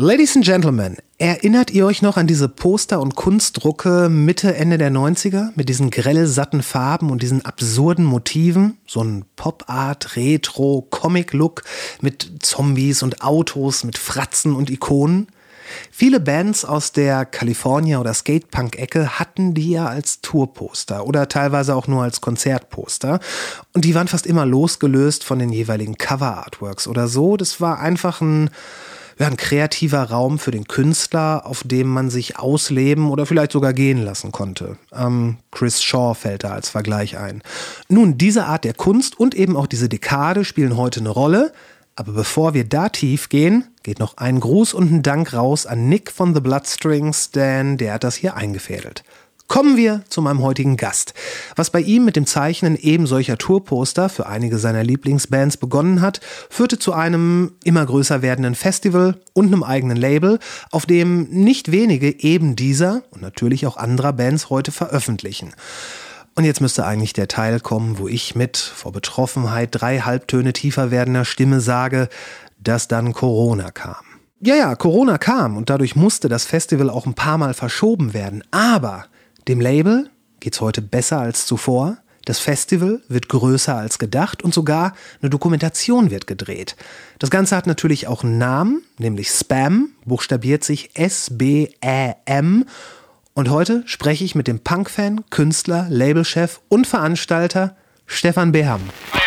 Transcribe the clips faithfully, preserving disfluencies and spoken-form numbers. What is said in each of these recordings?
Ladies and Gentlemen, erinnert ihr euch noch an diese Poster und Kunstdrucke Mitte, Ende der neunziger mit diesen grell satten Farben und diesen absurden Motiven? So ein Pop-Art, Retro, Comic-Look mit Zombies und Autos, mit Fratzen und Ikonen? Viele Bands aus der California- oder Skatepunk-Ecke hatten die ja als Tourposter oder teilweise auch nur als Konzertposter. Und die waren fast immer losgelöst von den jeweiligen Cover-Artworks oder so. Das war einfach ein... Ja, ein kreativer Raum für den Künstler, auf dem man sich ausleben oder vielleicht sogar gehen lassen konnte. Ähm, Chris Shaw fällt da als Vergleich ein. Nun, diese Art der Kunst und eben auch diese Dekade spielen heute eine Rolle. Aber bevor wir da tief gehen, geht noch ein Gruß und ein Dank raus an Nick von The Bloodstrings, denn der hat das hier eingefädelt. Kommen wir zu meinem heutigen Gast. Was bei ihm mit dem Zeichnen eben solcher Tourposter für einige seiner Lieblingsbands begonnen hat, führte zu einem immer größer werdenden Festival und einem eigenen Label, auf dem nicht wenige eben dieser und natürlich auch anderer Bands heute veröffentlichen. Und jetzt müsste eigentlich der Teil kommen, wo ich mit vor Betroffenheit drei Halbtöne tiefer werdender Stimme sage, dass dann Corona kam. Ja, ja, Corona kam und dadurch musste das Festival auch ein paar Mal verschoben werden, aber dem Label geht's heute besser als zuvor. Das Festival wird größer als gedacht und sogar eine Dokumentation wird gedreht. Das Ganze hat natürlich auch einen Namen, nämlich Spam, buchstabiert sich S B Ä M. Und heute spreche ich mit dem Punk-Fan, Künstler, Labelchef und Veranstalter Stefan Beham.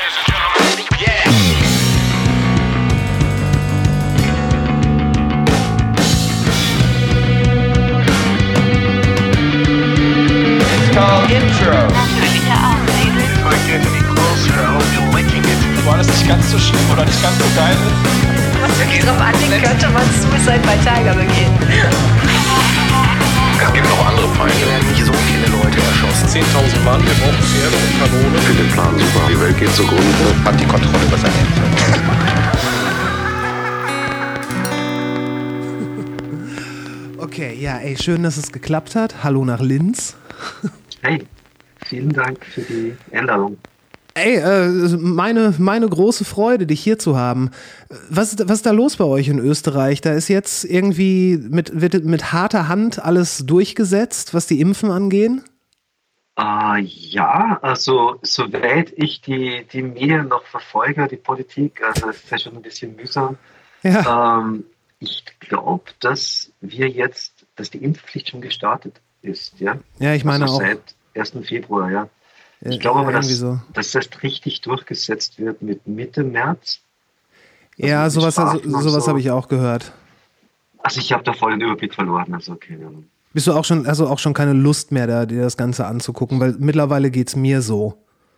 Intro. War das nicht ganz so schlimm oder nicht ganz so geil? Was wirklich drauf anlegen könnte, man Suicide bei Tiger begehen. Es gibt noch andere Feinde. Wir werden nicht so viele Leute erschossen. zehntausend Mann, wir brauchen Pferde und Kanone. Ich finde den Plan super. Die Welt geht zugrunde. Hat die Kontrolle über sein Ende. Okay, ja, ey, schön, dass es geklappt hat. Hallo nach Linz. Hey, vielen Dank für die Einladung. Ey, äh, meine, meine große Freude, dich hier zu haben. Was, was ist da los bei euch in Österreich? Da ist jetzt irgendwie mit, mit, mit harter Hand alles durchgesetzt, was die Impfen angehen? Uh, ja, also soweit ich die, die Medien noch verfolge, die Politik, also das ist ja schon ein bisschen mühsam. Ja. Ähm, ich glaube, dass wir jetzt, dass die Impfpflicht schon gestartet ist, ja. Ja, ich meine also auch. Seit ersten Februar, ja. Ich Ja, glaube aber, dass, so. dass das richtig durchgesetzt wird mit Mitte März. Also ja, sowas, so, sowas so. habe ich auch gehört. Also ich habe da voll den Überblick verloren, also keine Ahnung. Bist du auch schon, also auch schon keine Lust mehr, da, dir das Ganze anzugucken, weil mittlerweile geht es mir so.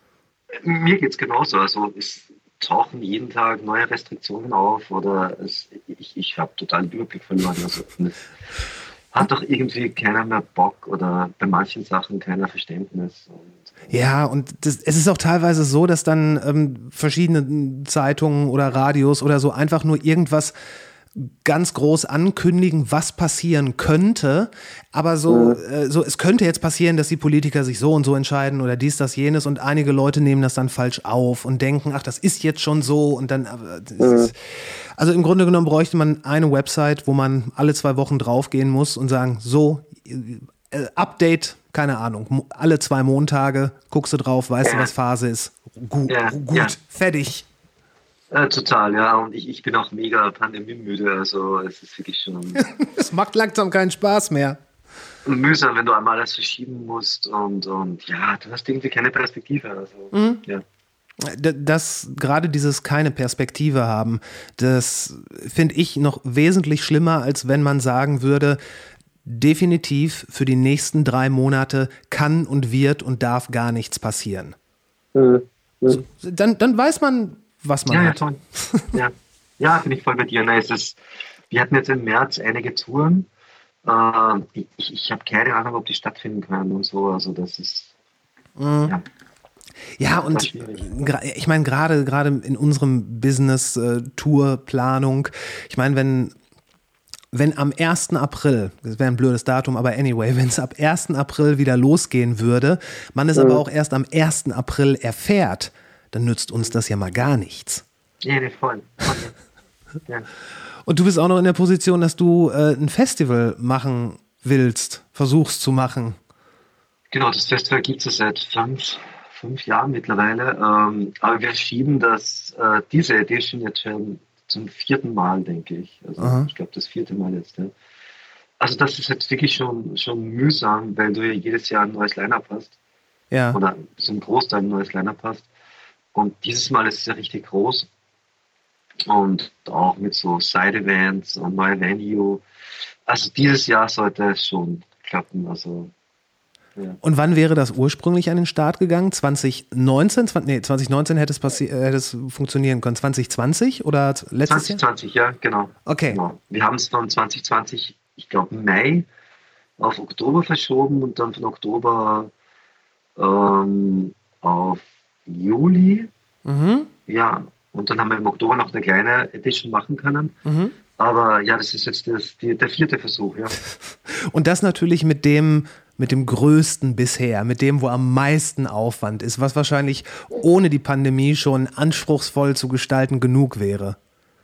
Mir geht es genauso, also es tauchen jeden Tag neue Restriktionen auf oder es, ich, ich habe total den Überblick verloren, also es hat doch irgendwie keiner mehr Bock oder bei manchen Sachen keiner Verständnis. Und ja, und das, es ist auch teilweise so, dass dann ähm, verschiedene Zeitungen oder Radios oder so einfach nur irgendwas ganz groß ankündigen, was passieren könnte, aber so, äh, so, es könnte jetzt passieren, dass die Politiker sich so und so entscheiden oder dies, das, jenes und einige Leute nehmen das dann falsch auf und denken, ach, das ist jetzt schon so und dann, äh, ist, also im Grunde genommen bräuchte man eine Website, wo man alle zwei Wochen draufgehen muss und sagen, so, äh, Update, keine Ahnung, alle zwei Montage, guckst du drauf, weißt du, was Phase ist, Gu- ja, gut, ja. fertig. Äh, total, ja, und ich, ich bin auch mega pandemiemüde, also es ist wirklich schon... Es macht langsam keinen Spaß mehr. Mühsam, wenn du einmal alles verschieben musst und, und ja, du hast irgendwie keine Perspektive, also Mhm. ja. Das, gerade dieses keine Perspektive haben, das finde ich noch wesentlich schlimmer, als wenn man sagen würde, definitiv für die nächsten drei Monate kann und wird und darf gar nichts passieren. Mhm. So, dann, dann weiß man, was man Ja, ja, hat. toll. Ja, ja, bin ich voll bei dir. Nein, es ist, wir hatten jetzt im März einige Touren. Äh, ich ich habe keine Ahnung, ob die stattfinden können und so. Also das ist, Mhm. ja. Ja, und gra- ich meine, gerade gerade in unserem Business, äh, Tourplanung, ich meine, wenn, wenn am ersten April, das wäre ein blödes Datum, aber anyway, wenn es ab ersten April wieder losgehen würde, man es Mhm. aber auch erst am ersten April erfährt, dann nützt uns das ja mal gar nichts. Ja, nee, voll. voll ja. Ja. Und du bist auch noch in der Position, dass du äh, ein Festival machen willst, versuchst zu machen. Genau, das Festival gibt es seit fünf, fünf Jahren mittlerweile. Ähm, aber wir schieben das, äh, diese Edition jetzt schon zum vierten Mal, denke ich. Also Aha. ich glaube, das vierte Mal jetzt. Ja. Also das ist jetzt wirklich schon, schon mühsam, weil du ja jedes Jahr ein neues Line-Up hast. Ja. Oder zum Großteil ein neues Line-Up hast. Und dieses Mal ist es ja richtig groß. Und auch mit so Side-Events und neuer Venue. Also dieses Jahr sollte es schon klappen. Also, ja. Und wann wäre das ursprünglich an den Start gegangen? zwanzig neunzehn? Nee, zwanzig neunzehn hätte es, passi- äh, hätte es funktionieren können. zwanzig zwanzig oder letztes zwanzig zwanzig, ja, genau. Okay. Genau. Wir haben es von zwanzig zwanzig, ich glaube Mai, auf Oktober verschoben und dann von Oktober ähm, auf Juli. Mhm. Ja, und dann haben wir im Oktober noch eine kleine Edition machen können. Mhm. Aber ja, das ist jetzt das, die, der vierte Versuch, ja. Und das natürlich mit dem, mit dem größten bisher, mit dem, wo am meisten Aufwand ist, was wahrscheinlich ohne die Pandemie schon anspruchsvoll zu gestalten genug wäre.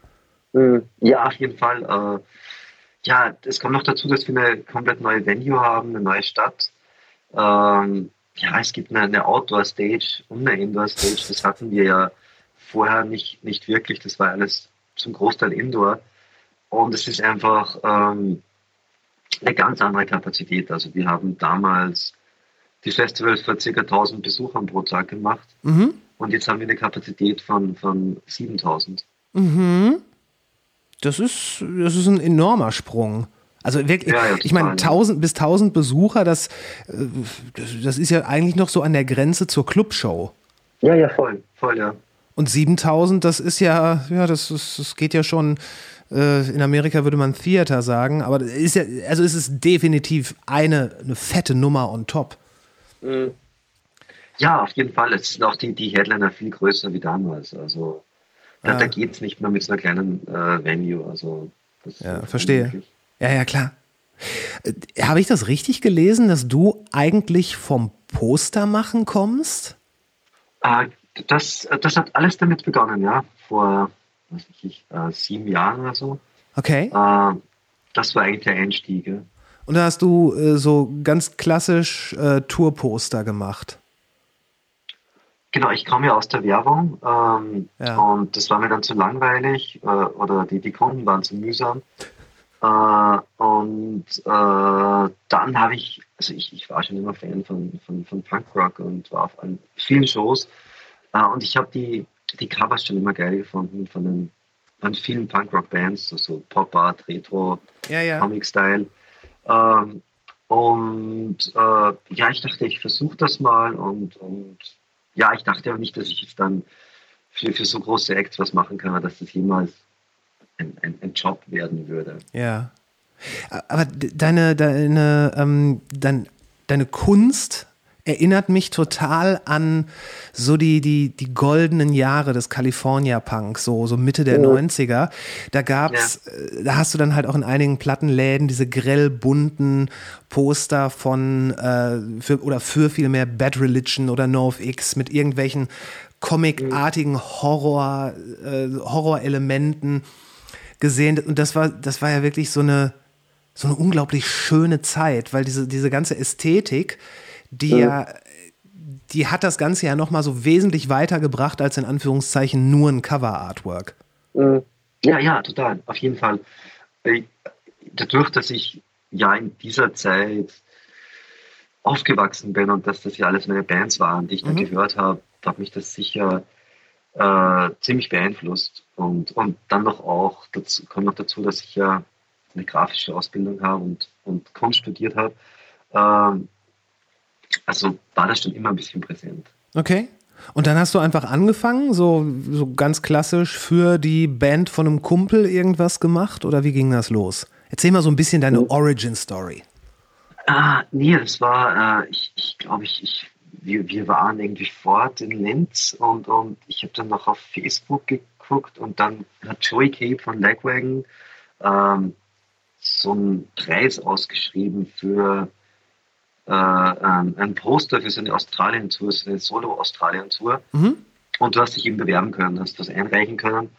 Ja, auf jeden Fall. Äh, ja, es kommt noch dazu, dass wir eine komplett neue Venue haben, eine neue Stadt. Ähm, ja, es gibt eine, eine Outdoor-Stage und eine Indoor-Stage. Das hatten wir ja vorher nicht, nicht wirklich. Das war alles zum Großteil Indoor. Und es ist einfach ähm, eine ganz andere Kapazität. Also wir haben damals die Festivals vor ca. tausend Besuchern pro Tag gemacht. Mhm. Und jetzt haben wir eine Kapazität von, von siebentausend. Mhm. Das ist, das ist ein enormer Sprung. Also wirklich, Ja, ja, ich meine, total, ja. tausend bis tausend Besucher, das, äh, das, das ist ja eigentlich noch so an der Grenze zur Clubshow. Ja, ja, voll, voll, ja. Und siebentausend, das ist ja, ja, das, ist, das geht ja schon, äh, in Amerika würde man Theater sagen, aber das ist ja, also es ist definitiv eine, eine fette Nummer on top. Ja, auf jeden Fall. Es sind auch die, die Headliner viel größer wie damals. Also da, Ah. da geht es nicht mehr mit so einer kleinen äh, Venue. Also das Ja, ist verstehe. unmöglich. Ja, ja, klar. Äh, Habe ich das richtig gelesen, dass du eigentlich vom Postermachen kommst? Äh, das, das hat alles damit begonnen, ja. Vor was weiß ich, äh, sieben Jahren oder so. Okay. Äh, das war eigentlich der Einstieg. Ja. Und da hast du äh, so ganz klassisch äh, Tourposter gemacht. Genau, ich komme ja aus der Werbung ähm, Ja. und das war mir dann zu langweilig äh, oder die, die Kunden waren zu mühsam. Äh, und äh, dann habe ich, also ich, ich war schon immer Fan von, von, von Punkrock und war auf an vielen Shows. Äh, und ich habe die, die Covers schon immer geil gefunden von den von vielen Punkrock-Bands, so, so Pop-Art, Retro, Ja, ja. Comic-Style. Ähm, und äh, ja, ich dachte, ich versuche das mal und, und ja, ich dachte aber nicht, dass ich jetzt dann für, für so große Acts was machen kann, dass das jemals ein, ein, ein Job werden würde. Ja. Aber d- deine, deine, ähm, dein, deine Kunst erinnert mich total an so die, die, die goldenen Jahre des California Punk, so, so Mitte der neunziger. Da gab's, äh, da hast du dann halt auch in einigen Plattenläden diese grell bunten Poster von, äh, für, oder für vielmehr Bad Religion oder NoFX mit irgendwelchen comicartigen Horror, äh, Horrorelementen gesehen. Und das war, das war ja wirklich so eine, so eine unglaublich schöne Zeit, weil diese, diese ganze Ästhetik, die ja, die hat das Ganze ja nochmal so wesentlich weitergebracht als in Anführungszeichen nur ein Cover-Artwork. Ja, ja, total, auf jeden Fall. Äh, Dadurch, dass ich ja in dieser Zeit aufgewachsen bin und dass das ja alles meine Bands waren, die ich dann Mhm. gehört habe, hat mich das sicher äh, ziemlich beeinflusst. Und, und dann noch auch, dazu, kommt noch dazu, dass ich ja eine grafische Ausbildung habe und, und Kunst studiert habe. Ähm, also war das schon immer ein bisschen präsent. Okay. Und dann hast du einfach angefangen, so, so ganz klassisch für die Band von einem Kumpel irgendwas gemacht oder wie ging das los? Erzähl mal so ein bisschen deine Origin-Story. Ah, nee, das war, äh, ich, ich glaube, ich, ich, wir, wir waren irgendwie fort in Linz und, und ich habe dann noch auf Facebook geguckt und dann hat Joey Cape von Lagwagon ähm, so einen Preis ausgeschrieben für äh, ähm, ein Poster für seine Australien-Tour, seine Solo-Australien-Tour. Mhm. Und du hast dich eben bewerben können, hast das einreichen können.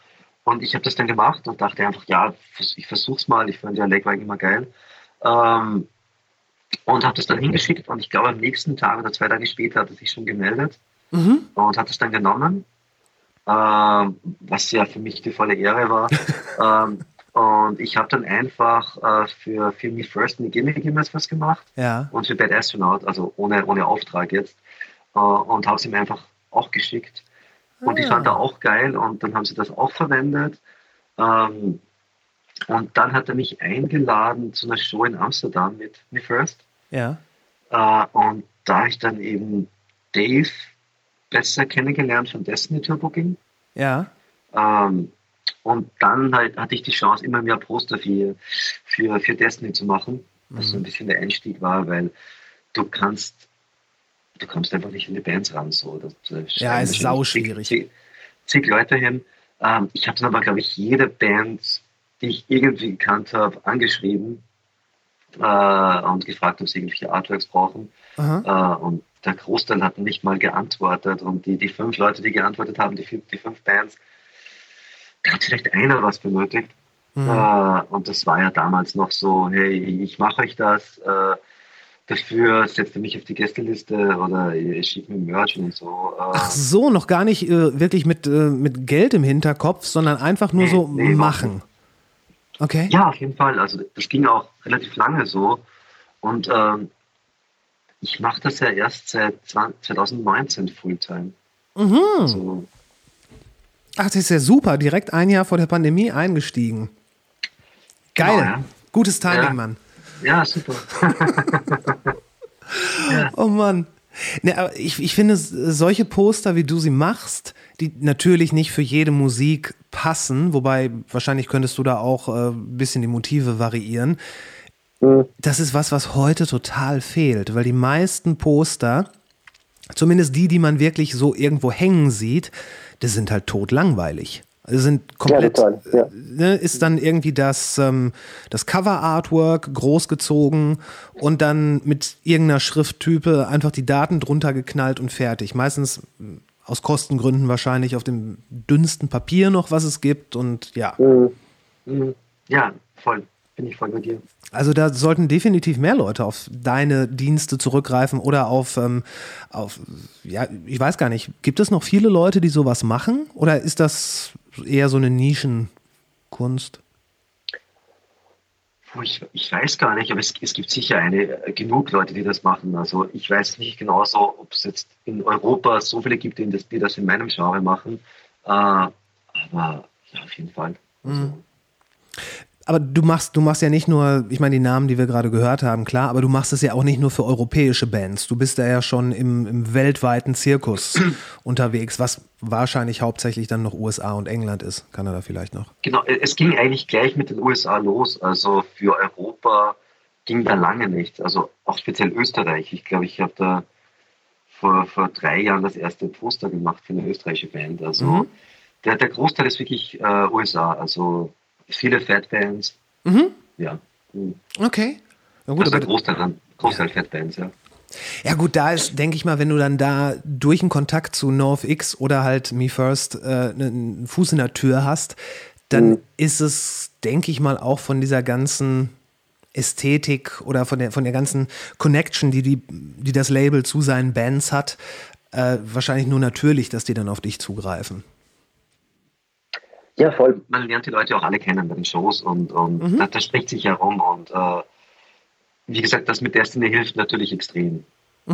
und ich habe das dann gemacht und dachte einfach, ja, ich versuch's mal, ich fand ja Lake war immer geil. Ähm, und habe das dann hingeschickt und ich glaube am nächsten Tag oder zwei Tage später hat er sich schon gemeldet Mhm. und hat es dann genommen, ähm, was ja für mich die volle Ehre war. ähm, und ich habe dann einfach äh, für, für Me First eine Gimme Gimmes was gemacht Ja. und für Bad Astronaut, also ohne, ohne Auftrag jetzt, äh, und habe es ihm einfach auch geschickt. Und ich fand er auch geil und dann haben sie das auch verwendet. Ähm, und dann hat er mich eingeladen zu einer Show in Amsterdam mit Me First. Ja. Äh, und da habe ich dann eben Dave besser kennengelernt von Destiny Turbo King. Ja. Ähm, und dann halt hatte ich die Chance, immer mehr Poster für, für, für Destiny zu machen, was so ein bisschen der Einstieg war, weil du kannst, du kommst einfach nicht in die Bands ran. So. Das, das Ja, ist wahrscheinlich sauschwierig. Zig, zig Leute hin. Ähm, ich habe dann aber, glaube ich, jede Band, die ich irgendwie gekannt habe, angeschrieben äh, und gefragt, ob sie irgendwelche Artworks brauchen. Aha. Äh, und der Großteil hat nicht mal geantwortet. Und die, die fünf Leute, die geantwortet haben, die, die fünf Bands, da hat vielleicht einer was benötigt. Mhm. Äh, und das war ja damals noch so, hey, ich mache euch das, äh, dafür setzt ihr mich auf die Gästeliste oder ihr schickt mir Merch und so. Äh, Ach so, noch gar nicht äh, wirklich mit, äh, mit Geld im Hinterkopf, sondern einfach nur Nee, so nee, überhaupt machen. Okay. Ja, auf jeden Fall. Also das ging auch relativ lange so. Und ähm, ich mache das ja erst seit zwanzig neunzehn Fulltime. Mhm. Also, Ach, das ist ja super. Direkt ein Jahr vor der Pandemie eingestiegen. Geil. Genau, ja. Gutes Timing, Ja. Mann. ja, super. Oh Mann. Ne, aber ich, ich finde, solche Poster, wie du sie machst, die natürlich nicht für jede Musik passen, wobei wahrscheinlich könntest du da auch äh, ein bisschen die Motive variieren. Das ist was, was heute total fehlt, weil die meisten Poster, zumindest die, die man wirklich so irgendwo hängen sieht, die sind halt totlangweilig. Die sind komplett, Ja, total, ja. ne, ist dann irgendwie das, ähm, das Cover-Artwork großgezogen und dann mit irgendeiner Schrifttype einfach die Daten drunter geknallt und fertig. Meistens mh, aus Kostengründen wahrscheinlich auf dem dünnsten Papier noch, was es gibt und ja. Mhm. Ja, voll. Bin ich voll bei dir. Also da sollten definitiv mehr Leute auf deine Dienste zurückgreifen oder auf, ähm, auf, ja, ich weiß gar nicht, gibt es noch viele Leute, die sowas machen oder ist das eher so eine Nischenkunst? Puh, Ich, ich weiß gar nicht, aber es, es gibt sicher eine, äh, genug Leute, die das machen. Also ich weiß nicht genau so, ob es jetzt in Europa so viele gibt, die das, die das in meinem Genre machen. Äh, aber ja, auf jeden Fall. Also, Aber du machst, du machst ja nicht nur, ich meine, die Namen, die wir gerade gehört haben, klar, aber du machst es ja auch nicht nur für europäische Bands. Du bist da ja schon im, im weltweiten Zirkus unterwegs, was wahrscheinlich hauptsächlich dann noch U S A und England ist. Kanada vielleicht noch. Genau, äh, es ging eigentlich gleich mit den U S A los. Also für Europa ging da lange nichts. Also auch speziell Österreich. Ich glaube, ich habe da vor, vor drei Jahren das erste Poster gemacht für eine österreichische Band. Also Mhm. der, der Großteil ist wirklich äh, U S A. Also viele Fat-Bands. Mhm. Ja. Mhm. Okay. Ja gut, Also der aber, Großteil, dann, Großteil Fat-Bands, ja. ja gut, da ist, denke ich mal, wenn du dann da durch einen Kontakt zu NoFX oder halt Me First äh, einen Fuß in der Tür hast, dann ist es, denke ich mal, auch von dieser ganzen Ästhetik oder von der, von der ganzen Connection, die, die, die das Label zu seinen Bands hat, äh, wahrscheinlich nur natürlich, dass die dann auf dich zugreifen. Ja, voll. Man lernt die Leute auch alle kennen bei den Shows und, und das, das spricht sich herum und äh, wie gesagt, das mit Destiny hilft natürlich extrem.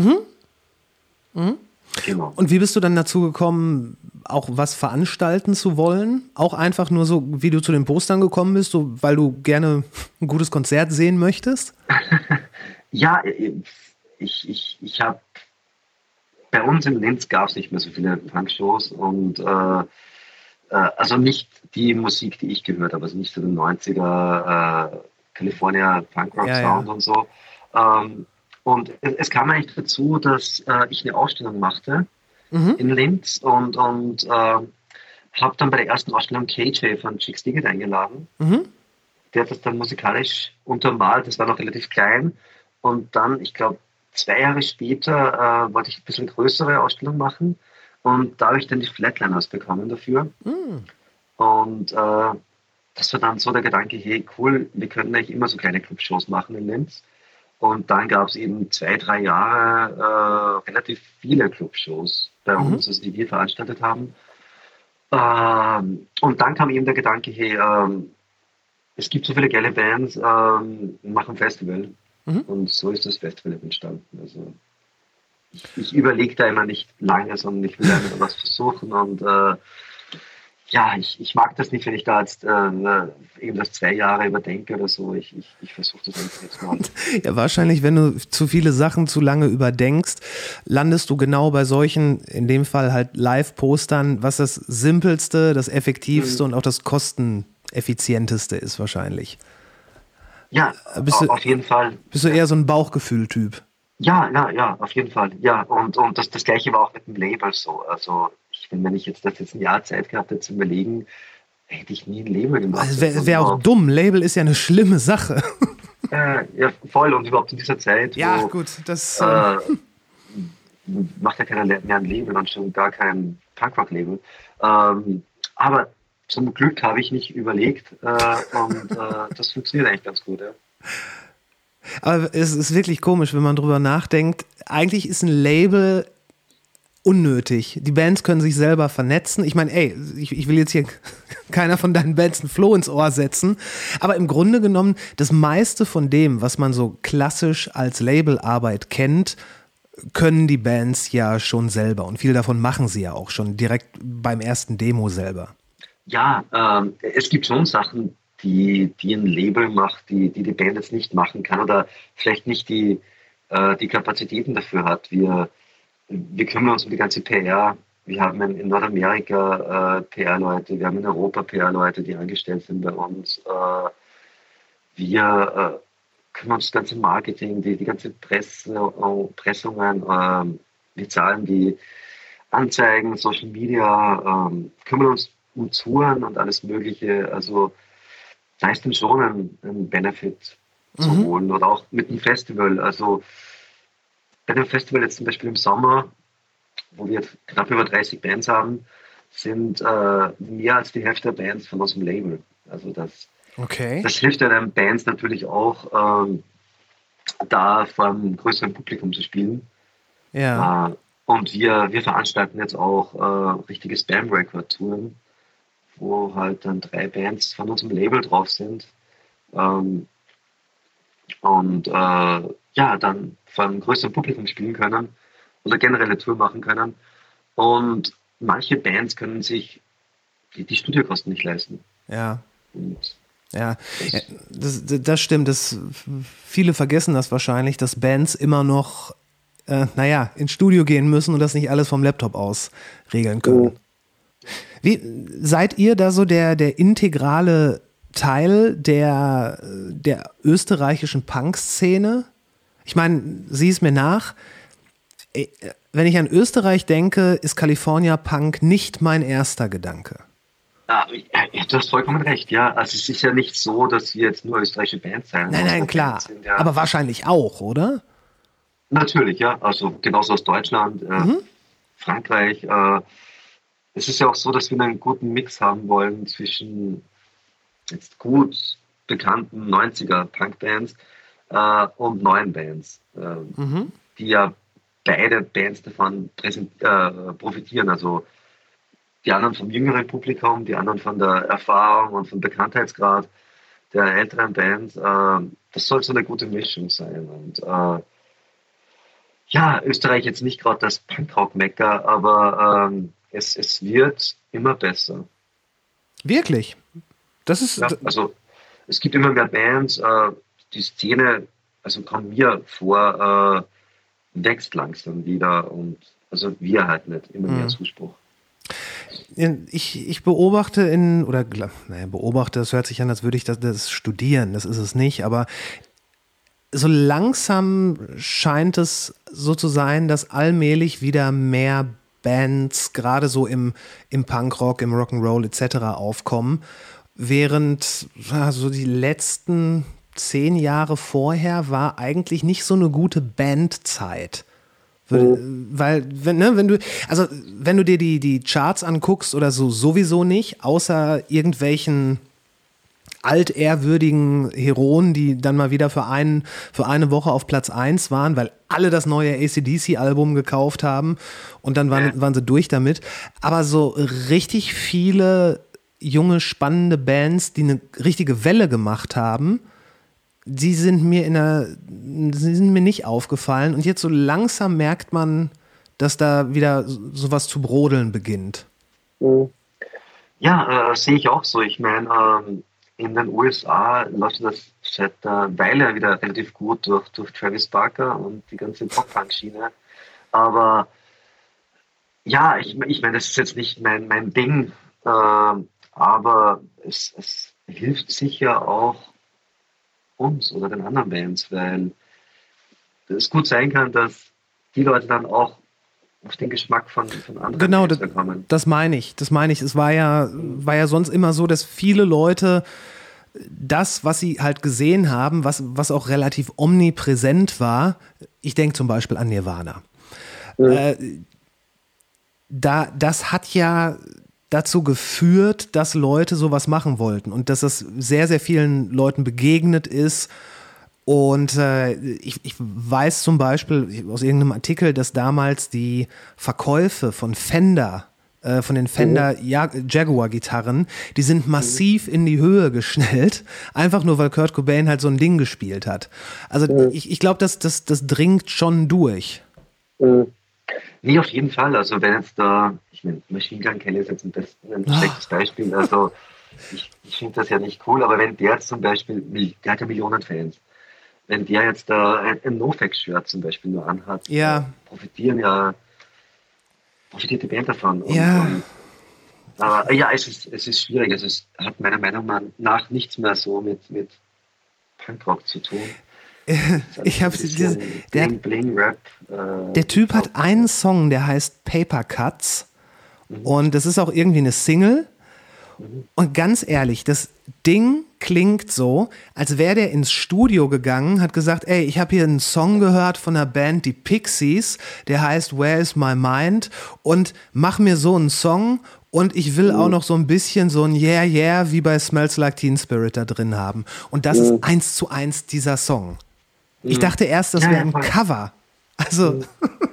Genau. Und wie bist du dann dazu gekommen, auch was veranstalten zu wollen? Auch einfach nur so, wie du zu den Postern gekommen bist, so, weil du gerne ein gutes Konzert sehen möchtest? Ja, ich, ich, ich habe bei uns in Linz gab es nicht mehr so viele Punkshows und äh, äh, also nicht die Musik, die ich gehört habe, also nicht so den neunziger äh, California Punkrock Ja, Sound ja. und so. Ähm, und es, es kam eigentlich dazu, dass äh, ich eine Ausstellung machte in Linz und, und äh, habe dann bei der ersten Ausstellung K J von Chicks Ticket eingeladen. Der hat das dann musikalisch untermalt, das war noch relativ klein. Und dann, ich glaube, zwei Jahre später äh, wollte ich ein bisschen größere Ausstellung machen. Und da habe ich dann die Flatliners bekommen dafür. Und äh, das war dann so der Gedanke, hey cool, wir können eigentlich immer so kleine Clubshows machen in Linz. Und dann gab es eben zwei, drei Jahre äh, relativ viele Clubshows bei Mhm. uns, also die wir veranstaltet haben. Ähm, und dann kam eben der Gedanke, hey, ähm, es gibt so viele geile Bands, ähm, machen ein Festival. Mhm. Und so ist das Festival entstanden. Also ich, ich überlege da immer nicht lange, sondern ich will einfach was versuchen. Und äh, ja, ich, ich mag das nicht, wenn ich da jetzt äh, eben das zwei Jahre überdenke oder so. Ich, ich, ich versuche das einfach jetzt mal. Ja, wahrscheinlich, wenn du zu viele Sachen zu lange überdenkst, landest du genau bei solchen, in dem Fall halt Live-Postern, was das simpelste, das effektivste und auch das kosteneffizienteste ist wahrscheinlich. Ja, Bist du- auf jeden Fall. Bist du eher so ein Bauchgefühl-Typ? Ja, ja, ja, auf jeden Fall. Ja, und, und das, das Gleiche war auch mit dem Label so. Also, ich, wenn ich jetzt das jetzt ein Jahr Zeit gehabt hätte zu überlegen, hätte ich nie ein Label gemacht. Also wäre wär auch dumm. Label ist ja eine schlimme Sache. Äh, ja, voll. Und überhaupt in dieser Zeit, Ja, wo, gut, das. Äh, äh, macht ja keiner mehr ein Label und schon gar kein Punkrock-Label. Ähm, aber zum Glück habe ich nicht überlegt äh, und äh, das funktioniert eigentlich ganz gut. Ja. aber es ist wirklich komisch, wenn man drüber nachdenkt. Eigentlich ist ein Label unnötig. Die Bands können sich selber vernetzen. Ich meine, ey, ich, ich will jetzt hier keiner von deinen Bands einen Floh ins Ohr setzen, aber im Grunde genommen, das meiste von dem, was man so klassisch als Labelarbeit kennt, können die Bands ja schon selber. Und viel davon machen sie ja auch schon direkt beim ersten Demo selber. Ja, ähm, es gibt schon Sachen, die, die ein Label macht, die, die die Band jetzt nicht machen kann oder vielleicht nicht die, äh, die Kapazitäten dafür hat. Wir, wir kümmern uns um die ganze P R. Wir haben in, in Nordamerika äh, P R-Leute, wir haben in Europa P R-Leute, die angestellt sind bei uns. Äh, wir äh, kümmern uns um das ganze Marketing, die, die ganze Presse, äh, Pressungen. Äh, wir zahlen die Anzeigen, Social Media, äh, kümmern uns um Touren und alles Mögliche. Also da ist dann schon ein, ein Benefit zu Mhm. holen. Oder auch mit einem Festival. Also bei dem Festival jetzt zum Beispiel im Sommer, wo wir knapp über dreißig Bands haben, sind äh, mehr als die Hälfte der Bands von unserem Label. Also das, Okay. das hilft ja den Bands natürlich auch, ähm, da vor einem größeren Publikum zu spielen. Ja. Äh, und wir, wir veranstalten jetzt auch äh, richtige Spam-Record-Touren, wo halt dann drei Bands von unserem Label drauf sind. Ähm, und äh, ja, dann vor einem größeren Publikum spielen können oder generell eine Tour machen können. Und manche Bands können sich die, die Studiokosten nicht leisten. Ja. Und Ja, ja, das, das stimmt. Das, viele vergessen das wahrscheinlich, dass Bands immer noch, äh, naja, ins Studio gehen müssen und das nicht alles vom Laptop aus regeln können. Wie seid ihr da so der, der integrale Teil der, der österreichischen Punk-Szene? Ich meine, sieh es mir nach. Wenn ich an Österreich denke, ist California Punk nicht mein erster Gedanke. Ja, ja, du hast vollkommen recht, ja. Also es ist ja nicht so, dass wir jetzt nur österreichische Bands sein. Nein, nein, klar. Sind, ja. Aber wahrscheinlich auch, oder? Natürlich, ja. Also genauso aus Deutschland, äh, Mhm. Frankreich. Äh, es ist ja auch so, dass wir einen guten Mix haben wollen zwischen jetzt gut bekannten neunziger Punk-Bands äh, und neuen Bands, äh, Mhm. die ja beide Bands davon präsent, äh, profitieren. Also die anderen vom jüngeren Publikum, die anderen von der Erfahrung und vom Bekanntheitsgrad der älteren Bands. Äh, das soll so eine gute Mischung sein. Und äh, ja, Österreich jetzt nicht gerade das Punkrock-Mecker, aber ähm, es, es wird immer besser. Wirklich? Das ist. Ja, also es gibt immer mehr Bands. Äh, die Szene, also kommt mir vor, äh, wächst langsam wieder und also wir halt nicht, immer mehr Mhm. Zuspruch. Ich, ich beobachte in, oder naja, beobachte, das hört sich an, als würde ich das, das studieren, das ist es nicht, aber so langsam scheint es so zu sein, dass allmählich wieder mehr Bands, gerade so im, im Punkrock, im Rock'n'Roll et cetera aufkommen, während also die letzten zehn Jahre vorher war eigentlich nicht so eine gute Bandzeit. Mhm. Weil, wenn, ne, wenn du, also wenn du dir die, die Charts anguckst oder so, sowieso nicht, außer irgendwelchen altehrwürdigen Heroen, die dann mal wieder für, einen, für eine Woche auf Platz eins waren, weil alle das neue A C D C-Album gekauft haben und dann waren, waren sie durch damit. Aber so richtig viele junge, spannende Bands, die eine richtige Welle gemacht haben, die sind mir in der, die sind mir nicht aufgefallen. Und jetzt so langsam merkt man, dass da wieder sowas zu brodeln beginnt. Ja, äh, sehe ich auch so. Ich meine, ähm, in den U S A läuft das seit einer Weile wieder relativ gut durch, durch Travis Barker und die ganze Pop-Punk-Schiene. Aber ja, ich, ich meine, das ist jetzt nicht mein, mein Ding, äh, aber es, es hilft sicher auch uns oder den anderen Bands, weil es gut sein kann, dass die Leute dann auch auf den Geschmack von, von anderen genau, Bands das, kommen. Das meine ich, das meine ich. Es war ja, war ja sonst immer so, dass viele Leute das, was sie halt gesehen haben, was, was auch relativ omnipräsent war, ich denke zum Beispiel an Nirvana. Mhm. Äh, da, das hat ja dazu geführt, dass Leute sowas machen wollten und dass das sehr, sehr vielen Leuten begegnet ist. Und äh, ich, ich weiß zum Beispiel aus irgendeinem Artikel, dass damals die Verkäufe von Fender, äh, von den Fender mhm. Jaguar-Gitarren, die sind massiv mhm. in die Höhe geschnellt, einfach nur, weil Kurt Cobain halt so ein Ding gespielt hat. Also mhm. ich, ich glaube, das, das, das dringt schon durch. Mhm. Nee, auf jeden Fall. Also wenn jetzt da, ich meine, Machine Gun Kelly ist jetzt ein, besten, ein schlechtes Beispiel. Also ich, ich finde das ja nicht cool, aber wenn der jetzt zum Beispiel, der hat ja Millionen Fans, wenn der jetzt da ein, ein NoFX-Shirt zum Beispiel nur anhat, ja. profitieren ja, profitiert die Band davon. Und, ja. Und, aber ja, es ist, es ist schwierig. Also es hat meiner Meinung nach nichts mehr so mit, mit Punkrock zu tun. Ich habe diese der, Bling, Bling, Rap, äh, der Typ hat einen Song, der heißt Paper Cuts mhm. und das ist auch irgendwie eine Single mhm. und ganz ehrlich, das Ding klingt so, als wäre der ins Studio gegangen, hat gesagt, ey, ich habe hier einen Song gehört von einer Band, die Pixies, der heißt Where is my mind und mach mir so einen Song und ich will auch noch so ein bisschen so ein Yeah, yeah, wie bei Smells Like Teen Spirit da drin haben und das ist eins zu eins dieser Song. Ich dachte erst, das wäre ein Cover. Also,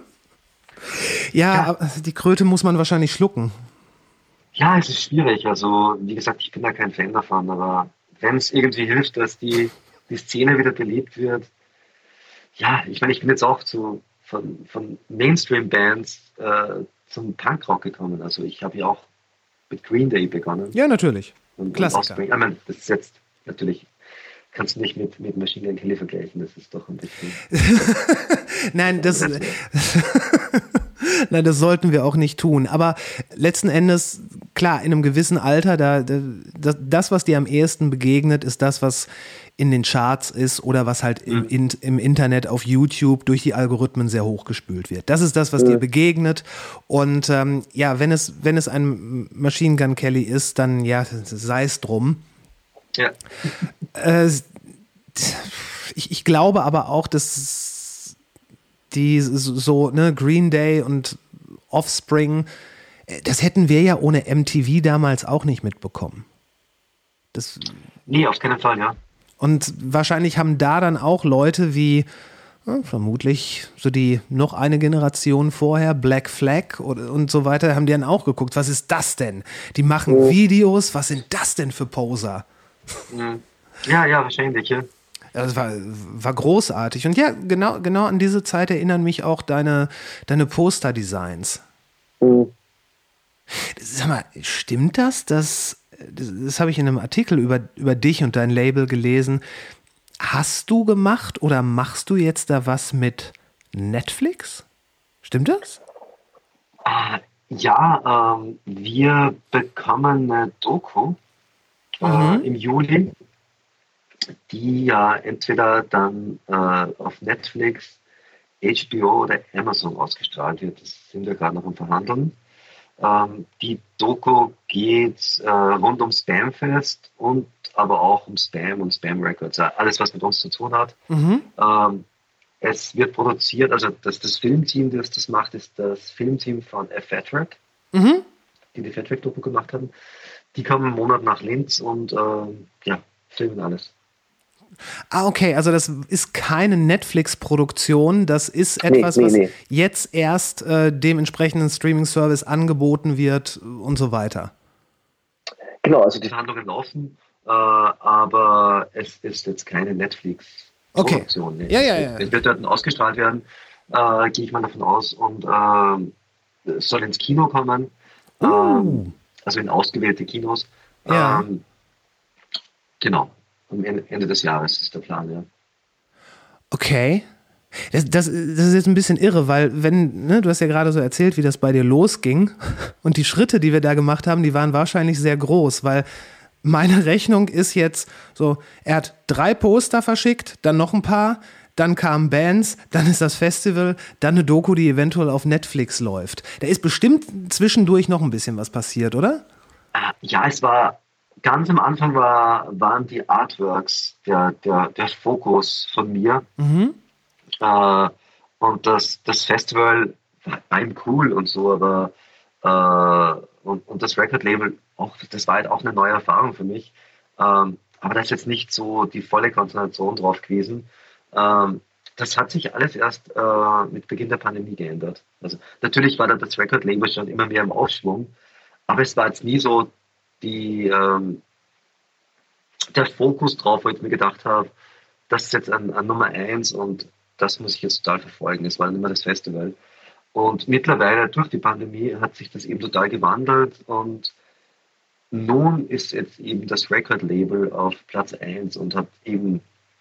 ja, ja. Aber die Kröte muss man wahrscheinlich schlucken. Ja, es ist schwierig. Also, wie gesagt, ich bin da kein Fan davon, aber wenn es irgendwie hilft, dass die, die Szene wieder belebt wird, ja, ich meine, ich bin jetzt auch zu, von, von Mainstream-Bands äh, zum Punkrock gekommen. Also, ich habe ja auch mit Green Day begonnen. Ja, natürlich. Und, Klassiker. Und ich meine, das ist jetzt natürlich. Kannst du nicht mit, mit Machine Gun Kelly vergleichen, das ist doch ein bisschen... Nein, das, Nein, das sollten wir auch nicht tun. Aber letzten Endes, klar, in einem gewissen Alter, da, das, das, was dir am ehesten begegnet, ist das, was in den Charts ist oder was halt im, in, im Internet auf YouTube durch die Algorithmen sehr hochgespült wird. Das ist das, was ja. dir begegnet. Und ähm, ja, wenn es, wenn es ein Machine Gun Kelly ist, dann ja, sei es drum. Ja. Äh, ich, ich glaube aber auch, dass die so, ne, Green Day und Offspring, das hätten wir ja ohne M T V damals auch nicht mitbekommen. Das, nee, auf keinen Fall, ja. Und wahrscheinlich haben da dann auch Leute wie, ja, vermutlich so die noch eine Generation vorher, Black Flag und, und so weiter, haben die dann auch geguckt, was ist das denn? Die machen oh. Videos, was sind das denn für Poser? Ja, ja, wahrscheinlich, ja. Das war, war großartig. Und ja, genau, genau an diese Zeit erinnern mich auch deine, deine Poster-Designs. Mhm. Sag mal, stimmt das? Das, das, das habe ich in einem Artikel über, über dich und dein Label gelesen. Hast du gemacht oder machst du jetzt da was mit Netflix? Stimmt das? Ah, ja, ähm, wir bekommen eine Doku mhm. äh, im Juli, die ja entweder dann äh, auf Netflix, H B O oder Amazon ausgestrahlt wird. Das sind wir gerade noch im Verhandeln. Ähm, die Doku geht äh, rund um Spamfest und aber auch um Spam und Spam Records. Alles, was mit uns zu tun hat. Mhm. Ähm, Es wird produziert, also das, das Filmteam, das das macht, ist das Filmteam von Fat Wreck, Mhm. die die Fat Wreck-Doku gemacht haben. Die kommen einen Monat nach Linz und ähm, ja, filmen alles. Ah, okay, also das ist keine Netflix-Produktion, das ist etwas, nee, was nee. jetzt erst äh, dem entsprechenden Streaming-Service angeboten wird und so weiter. Genau, also die Verhandlungen laufen, äh, aber es ist jetzt keine Netflix-Produktion. Okay. Nee. Ja, ja, ja. Es wird dort ausgestrahlt werden, äh, gehe ich mal davon aus, und äh, es soll ins Kino kommen, Uh. ähm, also in ausgewählte Kinos. Ja. Ähm, genau, am Ende, Ende des Jahres ist der Plan, ja. Okay. Das, das, das ist jetzt ein bisschen irre, weil wenn, ne, du hast ja gerade so erzählt, wie das bei dir losging und die Schritte, die wir da gemacht haben, die waren wahrscheinlich sehr groß, weil meine Rechnung ist jetzt so, er hat drei Poster verschickt, dann noch ein paar, dann kamen Bands, dann ist das Festival, dann eine Doku, die eventuell auf Netflix läuft. Da ist bestimmt zwischendurch noch ein bisschen was passiert, oder? Äh, Ja, es war ganz am Anfang war, waren die Artworks der, der, der Fokus von mir. Mhm. Äh, und das, das Festival war eben cool und so, aber äh, und, und das Record-Label, auch, das war halt auch eine neue Erfahrung für mich. Ähm, aber da ist jetzt nicht so die volle Konzentration drauf gewesen. Ähm, das hat sich alles erst äh, mit Beginn der Pandemie geändert. Also natürlich war da das Record-Label schon immer mehr im Aufschwung, aber es war jetzt nie so die, ähm, der Fokus drauf, wo ich mir gedacht habe, das ist jetzt an, an Nummer eins und das muss ich jetzt total verfolgen. Es war immer das Festival. Und mittlerweile durch die Pandemie hat sich das eben total gewandelt und nun ist jetzt eben das Record-Label auf Platz eins und hat eben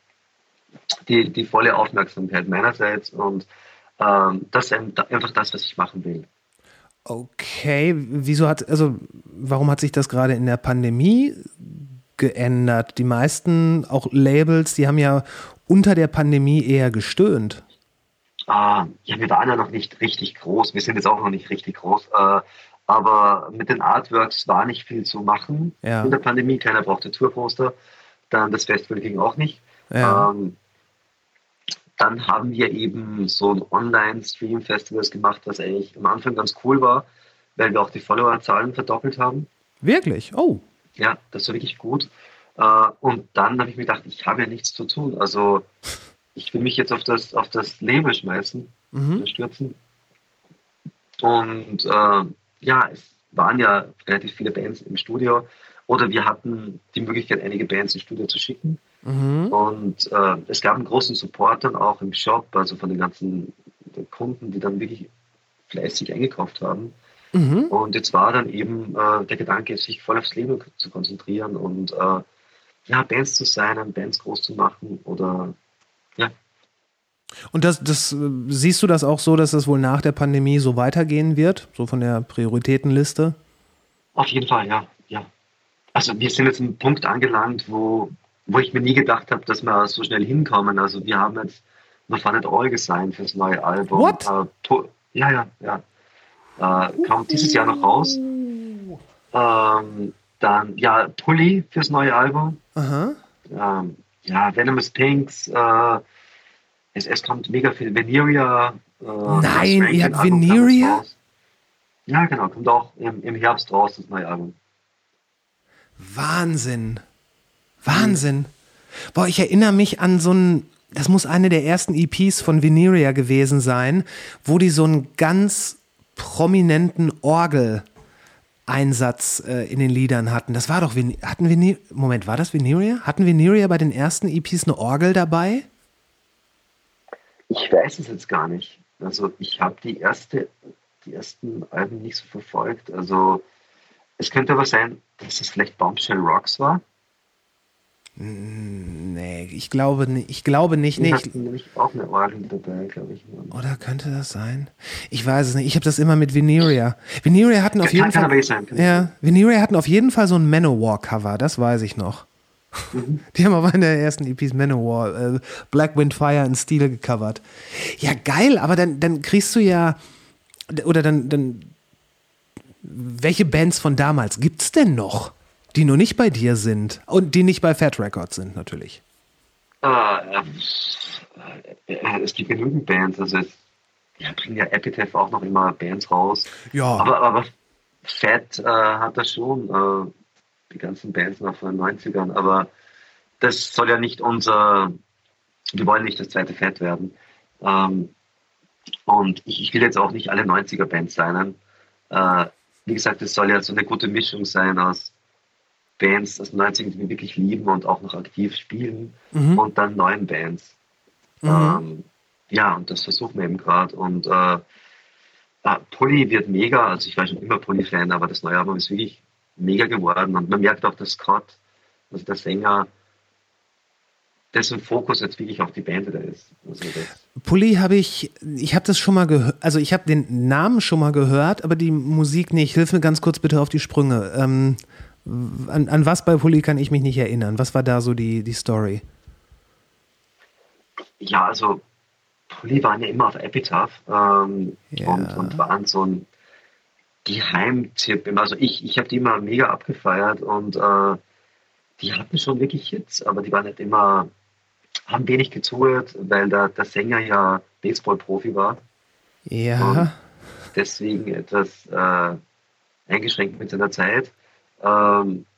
die, die volle Aufmerksamkeit meinerseits und ähm, das ist einfach das, was ich machen will. Okay, wieso hat, also warum hat sich das gerade in der Pandemie geändert? Die meisten, auch Labels, die haben ja unter der Pandemie eher gestöhnt. Ah, ja, wir waren ja noch nicht richtig groß. Wir sind jetzt auch noch nicht richtig groß. Äh, aber mit den Artworks war nicht viel zu machen Ja. in der Pandemie. Keiner brauchte Tourposter. Dann das Festival ging auch nicht. Ja. Ähm, dann haben wir eben so ein Online-Stream-Festivals gemacht, was eigentlich am Anfang ganz cool war, weil wir auch die Followerzahlen verdoppelt haben. Wirklich? Oh. Ja, das war wirklich gut. Äh, und dann habe ich mir gedacht, ich habe ja nichts zu tun. Also ich will mich jetzt auf das, auf das Label schmeißen, Mhm. stürzen. Und äh, ja, es waren ja relativ viele Bands im Studio. Oder wir hatten die Möglichkeit, einige Bands ins Studio zu schicken. Mhm. Und äh, es gab einen großen Support dann auch im Shop, also von den ganzen Kunden, die dann wirklich fleißig eingekauft haben. Mhm. Und jetzt war dann eben äh, der Gedanke, sich voll aufs Leben zu konzentrieren und äh, ja, Bands zu sein, Bands groß zu machen oder ja. Und das, das äh, siehst du das auch so, dass das wohl nach der Pandemie so weitergehen wird, so von der Prioritätenliste? Auf jeden Fall, ja, ja. Also wir sind jetzt an einem Punkt angelangt, wo, wo ich mir nie gedacht habe, dass wir so schnell hinkommen. Also wir haben jetzt No Fun at All gesigned fürs neue Album. What? Äh, to- ja, ja, ja. Äh, kommt dieses Jahr noch raus. Ähm, dann, ja, Pulli fürs neue Album. Aha. Ähm, ja, Venomous Pinks. Äh, es, es kommt mega viel. Veneria. Äh, Nein, das ihr habt Rankin-Album kam jetzt Veneria? raus. Ja, genau. Kommt auch im, im Herbst raus, das neue Album. Wahnsinn. Wahnsinn. Boah, ich erinnere mich an so ein, das muss eine der ersten E Ps von Veneria gewesen sein, wo die so einen ganz prominenten Orgel-Einsatz äh, in den Liedern hatten. Das war doch, Ven- hatten Veneria, Moment, war das Veneria? Hatten Veneria bei den ersten E Ps eine Orgel dabei? Ich weiß es jetzt gar nicht. Also ich habe die erste, die ersten Alben nicht so verfolgt. Also es könnte aber sein, dass es vielleicht Bombshell Rocks war. Nee, ich glaube nicht. Ich glaube nicht. Die Nee, ich, hatten nämlich auch eine Orgel dabei, glaube ich. oder könnte das sein? Ich weiß es nicht. Ich habe das immer mit Veneria. Veneria hatten auf Kann- jeden kann Fall. aber sein, kann Ja, Veneria hatten auf jeden Fall so ein Manowar-Cover. Das weiß ich noch. Die haben auf einer der ersten E Ps Manowar, äh, Black Wind Fire in Stil gecovert. Ja, geil, aber dann, dann kriegst du ja, oder dann, dann, welche Bands von damals gibt's denn noch, die nur nicht bei dir sind und die nicht bei Fat Records sind natürlich? Äh, äh, es gibt genügend Bands, also es ja, bringen ja Epitaph auch noch immer Bands raus. Ja. Aber, aber Fat äh, hat das schon, äh, die ganzen Bands noch von den neunzigern, aber das soll ja nicht unser, wir wollen nicht das zweite Fat werden. Ähm, und ich, ich will jetzt auch nicht alle neunziger-Bands sein. Äh, wie gesagt, es soll ja so eine gute Mischung sein aus Bands aus den neunzigern, die wir wirklich lieben und auch noch aktiv spielen, mhm. und dann neuen Bands. Mhm. Ähm, ja, und das versuchen wir eben gerade. Und äh, äh, Polly wird mega, also ich war schon immer Polly-Fan, aber das neue Album ist wirklich mega geworden. Und man merkt auch, dass Scott, also der Sänger, dessen Fokus jetzt wirklich auf die Band da ist. Also Polly habe ich, ich habe das schon mal gehört, also ich habe den Namen schon mal gehört, aber die Musik nicht. Hilf mir ganz kurz bitte auf die Sprünge. Ähm, an, an was bei Polly kann ich mich nicht erinnern? Was war da so die, die Story? Ja, also Polly waren ja immer auf Epitaph ähm, ja. und, und waren so ein Geheimtipp. Also ich, ich habe die immer mega abgefeiert und äh, die hatten schon wirklich Hits, aber die waren nicht immer, haben wenig getourt, weil der, der Sänger ja Baseball-Profi war. Ja. Und deswegen etwas äh, eingeschränkt mit seiner Zeit. Ähm,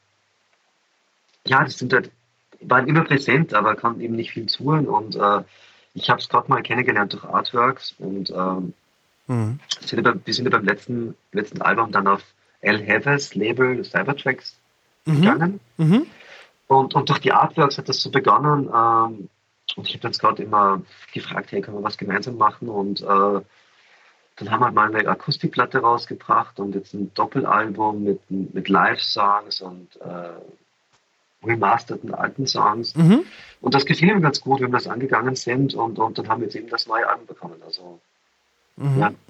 ja, das sind halt, waren immer präsent, aber konnten eben nicht viel touren und äh, ich habe es gerade mal kennengelernt durch Artworks und ähm, mhm. sind wir, wir sind ja beim letzten, letzten Album dann auf El Heves Label Cybertracks mhm. gegangen. Mhm. Und, und durch die Artworks hat das so begonnen. Ähm, und ich habe jetzt gerade immer gefragt, hey, können wir was gemeinsam machen? Und äh, dann haben wir mal eine Akustikplatte rausgebracht und jetzt ein Doppelalbum mit, mit Live-Songs und äh, remasterten alten Songs. Mhm. Und das gefiel mir ganz gut, wenn wir das angegangen sind. Und, und dann haben wir jetzt eben das neue Album bekommen. Also, mhm. ja.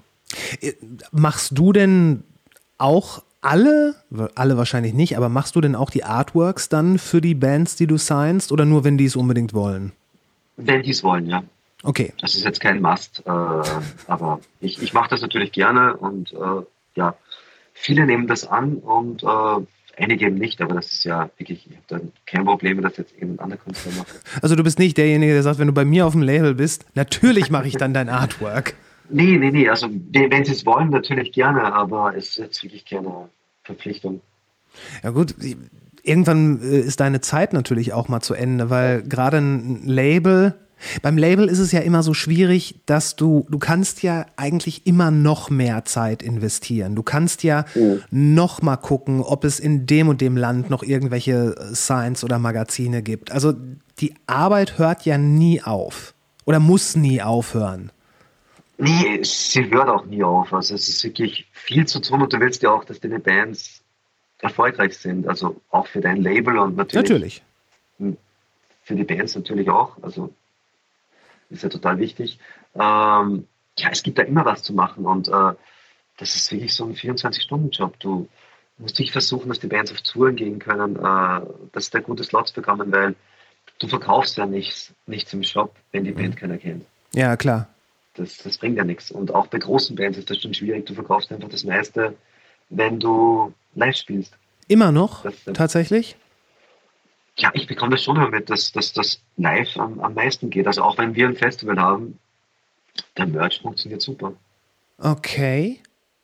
Machst du denn auch alle, alle wahrscheinlich nicht, aber machst du denn auch die Artworks dann für die Bands, die du signst, oder nur, wenn die es unbedingt wollen? Wenn die es wollen, ja. Okay. Das ist jetzt kein Must, äh, aber ich, ich mache das natürlich gerne und äh, ja, viele nehmen das an und äh, einige eben nicht, aber das ist ja wirklich, ich habe dann kein Problem, dass jetzt eben ein anderer Künstler macht. Also du bist nicht derjenige, der sagt, wenn du bei mir auf dem Label bist, natürlich mache ich dann dein Artwork. Nee, nee, nee, also wenn sie es wollen, natürlich gerne, aber es ist jetzt wirklich keine Verpflichtung. Ja gut, irgendwann ist deine Zeit natürlich auch mal zu Ende, weil gerade ein Label, beim Label ist es ja immer so schwierig, dass du, du kannst ja eigentlich immer noch mehr Zeit investieren. Du kannst ja mhm. noch mal gucken, ob es in dem und dem Land noch irgendwelche Signs oder Magazine gibt. Also die Arbeit hört ja nie auf oder muss nie aufhören. Nee, sie hört auch nie auf. Also es ist wirklich viel zu tun und du willst ja auch, dass deine Bands erfolgreich sind. Also auch für dein Label und natürlich, natürlich. für die Bands natürlich auch. Also ist ja total wichtig. Ähm, ja, es gibt da immer was zu machen und äh, das ist wirklich so ein vierundzwanzig-Stunden-Job. Du musst dich versuchen, dass die Bands auf Touren gehen können, äh, dass sie da gute Slots bekommen, weil du verkaufst ja nichts, nichts im Shop, wenn die Band keiner kennt. Ja, klar. Das, das bringt ja nichts. Und auch bei großen Bands ist das schon schwierig. Du verkaufst einfach das meiste, wenn du live spielst. Immer noch? Das, das, tatsächlich? Ja, ich bekomme das schon immer mit, dass, dass das live am, am meisten geht. Also auch wenn wir ein Festival haben, der Merch funktioniert super. Okay.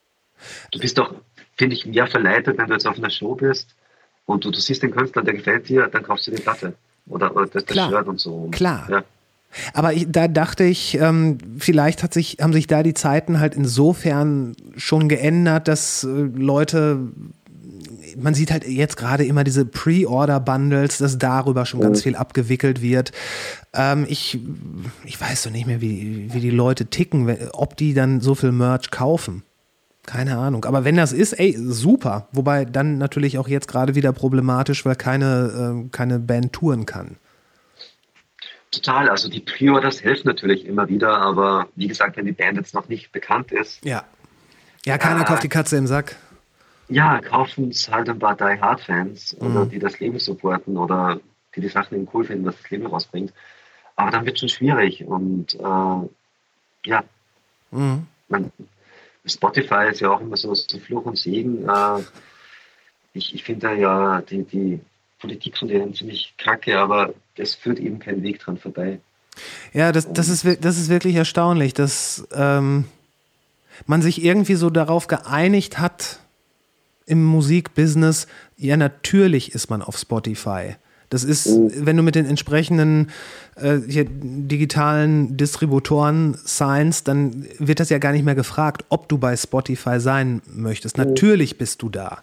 Du bist doch, finde ich, mehr verleitet, wenn du jetzt auf einer Show bist und du, du siehst den Künstler, der gefällt dir, dann kaufst du die Platte. Oder, oder das, das Shirt und so. Klar. Ja. Aber ich, da dachte ich, ähm, vielleicht hat sich, haben sich da die Zeiten halt insofern schon geändert, dass äh, Leute, man sieht halt jetzt gerade immer diese Pre-Order-Bundles, dass darüber schon ganz viel abgewickelt wird. Ähm, ich, ich weiß so nicht mehr, wie, wie die Leute ticken, ob die dann so viel Merch kaufen. Keine Ahnung. Aber wenn das ist, ey, super. Wobei dann natürlich auch jetzt gerade wieder problematisch, weil keine, äh, keine Band touren kann. Total, also die Pre-Orders helfen natürlich immer wieder, aber wie gesagt, wenn die Band jetzt noch nicht bekannt ist. Ja, ja, keiner äh, kauft die Katze im Sack. Ja, kaufen es halt ein paar Die Hard Fans mhm. oder die das Leben supporten oder die die Sachen eben cool finden, was das Leben rausbringt. Aber dann wird es schon schwierig und äh, ja, mhm. man, Spotify ist ja auch immer so, so Fluch und Segen. Äh, ich ich finde ja die, die Politik von denen ziemlich kacke, aber es führt eben kein Weg dran vorbei. Ja, das, das, ist, wir- das ist wirklich erstaunlich, dass ähm, man sich irgendwie so darauf geeinigt hat im Musikbusiness, ja, natürlich ist man auf Spotify. Das ist, wenn du mit den entsprechenden äh, hier, digitalen Distributoren signst, dann wird das ja gar nicht mehr gefragt, ob du bei Spotify sein möchtest. Natürlich bist du da.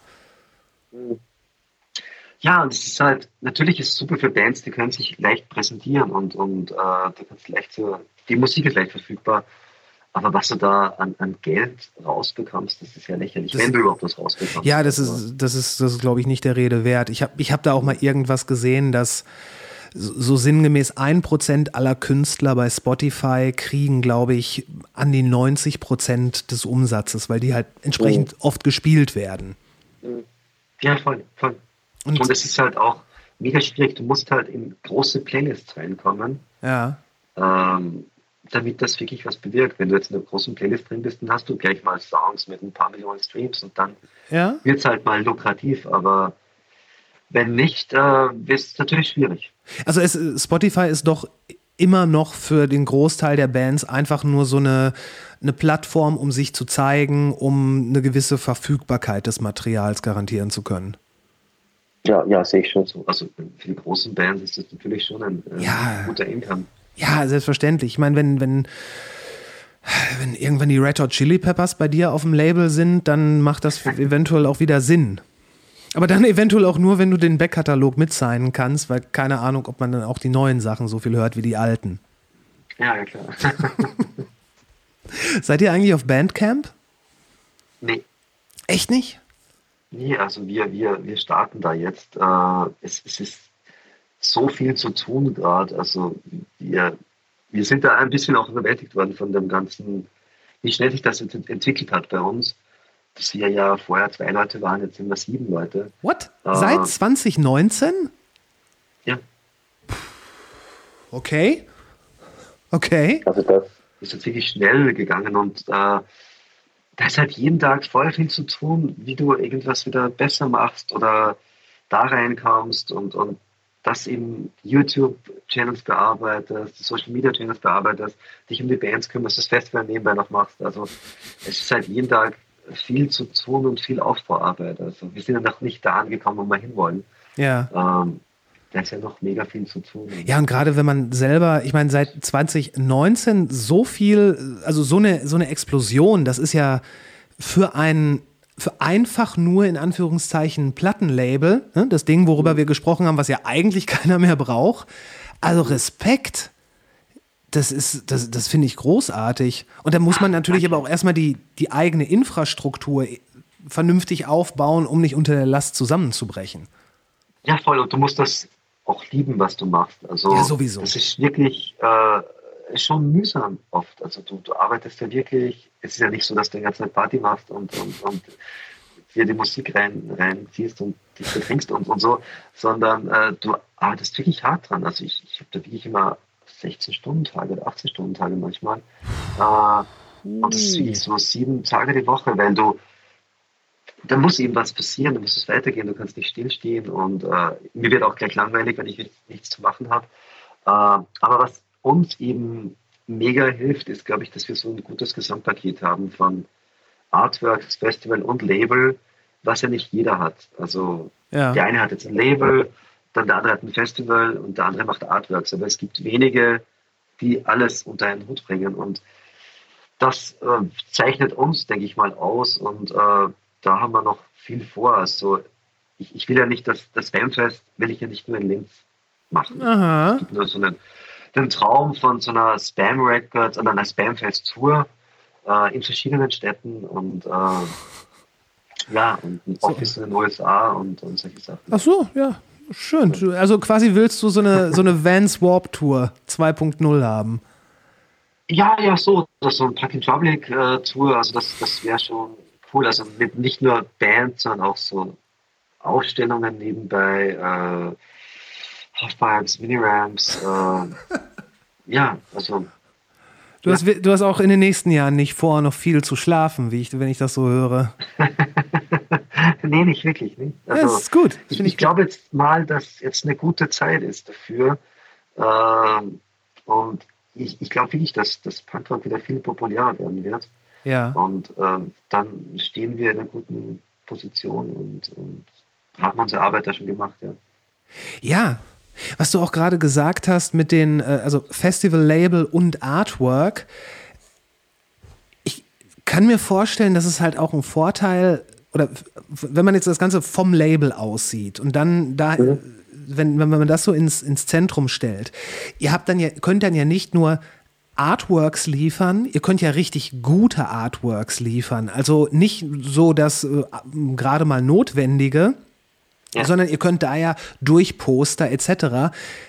Ja, und es ist halt, natürlich ist es super für Bands, die können sich leicht präsentieren und, und äh, da kannst leicht so, die Musik ist leicht verfügbar, aber was du da an, an Geld rausbekommst, das ist ja lächerlich, Das- wenn du überhaupt was rausbekommst. Ja, das Also, ist, das ist, das ist, glaube ich, nicht der Rede wert. Ich habe ich hab da auch mal irgendwas gesehen, dass so so sinngemäß ein Prozent aller Künstler bei Spotify kriegen, glaube ich, an die neunzig Prozent des Umsatzes, weil die halt entsprechend oft gespielt werden. Ja, voll, voll. Und- Und es ist halt auch mega schwierig, du musst halt in große Playlists reinkommen, Ja, ähm, damit das wirklich was bewirkt. Wenn du jetzt in einer großen Playlist drin bist, dann hast du gleich mal Songs mit ein paar Millionen Streams und dann ja. wird es halt mal lukrativ, aber wenn nicht, äh, wird es natürlich schwierig. Also es, Spotify ist doch immer noch für den Großteil der Bands einfach nur so eine, eine Plattform, um sich zu zeigen, um eine gewisse Verfügbarkeit des Materials garantieren zu können. Ja, ja, sehe ich schon so. Also für die großen Bands ist das natürlich schon ein äh, Ja. guter Income. Ja, selbstverständlich. Ich meine, wenn, wenn, wenn irgendwann die Red Hot Chili Peppers bei dir auf dem Label sind, dann macht das eventuell auch wieder Sinn. Aber dann eventuell auch nur, wenn du den Backkatalog mitsignen kannst, weil keine Ahnung, ob man dann auch die neuen Sachen so viel hört wie die alten. Ja, ja, klar. Seid ihr eigentlich auf Bandcamp? nee. Echt nicht? Nee, also wir, wir, wir starten da jetzt. Äh, es, es ist so viel zu tun gerade. Also wir, wir sind da ein bisschen auch überwältigt worden von dem ganzen, wie schnell sich das ent entwickelt hat bei uns. Dass wir ja vorher zwei Leute waren, jetzt sind wir sieben Leute. What? Ah. Seit zwanzig neunzehn? Ja, Okay. Okay. also das ist jetzt wirklich schnell gegangen und äh, da ist halt jeden Tag voll viel zu tun, wie du irgendwas wieder besser machst oder da reinkommst und, und das eben YouTube-Channels bearbeitest, Social-Media-Channels bearbeitest, dich um die Bands kümmerst, das Festival nebenbei noch machst. Also es ist halt jeden Tag viel zu tun und viel Aufbauarbeit. Also wir sind ja noch nicht da angekommen, wo wir hinwollen. Ja. Ähm, da ist ja noch mega viel zu tun. Ja, und gerade wenn man selber, ich meine, seit zwanzig neunzehn so viel, also so eine, so eine Explosion, das ist ja für ein, für einfach nur in Anführungszeichen Plattenlabel, ne, das Ding, worüber wir gesprochen haben, was ja eigentlich keiner mehr braucht. Also Respekt. Das ist, das, das finde ich großartig. Und da muss man natürlich aber auch erstmal die, die eigene Infrastruktur vernünftig aufbauen, um nicht unter der Last zusammenzubrechen. Ja, voll. Und du musst das auch lieben, was du machst. Also Ja, sowieso. das ist wirklich äh, schon mühsam oft. Also du, du arbeitest ja wirklich, es ist ja nicht so, dass du die ganze Zeit Party machst und, und, und dir die Musik rein, reinziehst und dich betrinkst und, und so, sondern äh, du arbeitest wirklich hart dran. Also ich, ich habe da wirklich immer sechzehn-Stunden-Tage oder achtzehn-Stunden-Tage manchmal. Äh, und das ist wirklich so sieben Tage die Woche, weil du da muss eben was passieren, da muss es weitergehen, du kannst nicht stillstehen und äh, mir wird auch gleich langweilig, wenn ich jetzt nichts zu machen habe. Äh, aber was uns eben mega hilft, ist, glaube ich, dass wir so ein gutes Gesamtpaket haben von Artworks, Festival und Label, was ja nicht jeder hat. Also Ja. der eine hat jetzt ein Label, dann der andere hat ein Festival und der andere macht Artworks. Aber es gibt wenige, die alles unter einen Hut bringen und das äh, zeichnet uns, denke ich mal, aus und äh, da haben wir noch viel vor. Also ich, ich will ja nicht, dass das Spamfest will ich ja nicht nur in Linz machen. Aha. Es gibt nur so einen, den Traum von so einer Spam Records und einer Spamfest Tour äh, in verschiedenen Städten und äh, ja, und ein Office in den U S A und, und solche Sachen. Ach so, ja, schön. Also quasi willst du so eine, so eine Vans Warp Tour zwei Punkt null haben. Ja, ja, so, das ist so ein Fucking Public äh, Tour, also das, das wäre schon cool. Also mit nicht nur Bands, sondern auch so Ausstellungen nebenbei, äh, Halfpipes, Mini-Ramps, äh, ja, also. Du hast, du hast auch in den nächsten Jahren nicht vor, noch viel zu schlafen, wie ich, wenn ich das so höre. Nee, nicht wirklich. Nicht. Ja, Also, das ist gut. Das ich finde ich glaube jetzt mal, dass jetzt eine gute Zeit ist dafür, Ähm, und ich, ich glaube wirklich, dass das Punkrock wieder viel populärer werden wird. Ja. Und ähm, dann stehen wir in einer guten Position und, und haben unsere Arbeit da schon gemacht, ja. Ja, was du auch gerade gesagt hast mit den, äh, also Festival-Label und Artwork, ich kann mir vorstellen, dass es halt auch ein Vorteil, oder wenn man jetzt das Ganze vom Label aussieht und dann da, mhm. wenn, wenn man das so ins, ins Zentrum stellt, ihr habt dann ja, könnt dann ja nicht nur Artworks liefern, ihr könnt ja richtig gute Artworks liefern, also nicht so das äh, gerade mal Notwendige, ja. sondern ihr könnt da ja durch Poster et cetera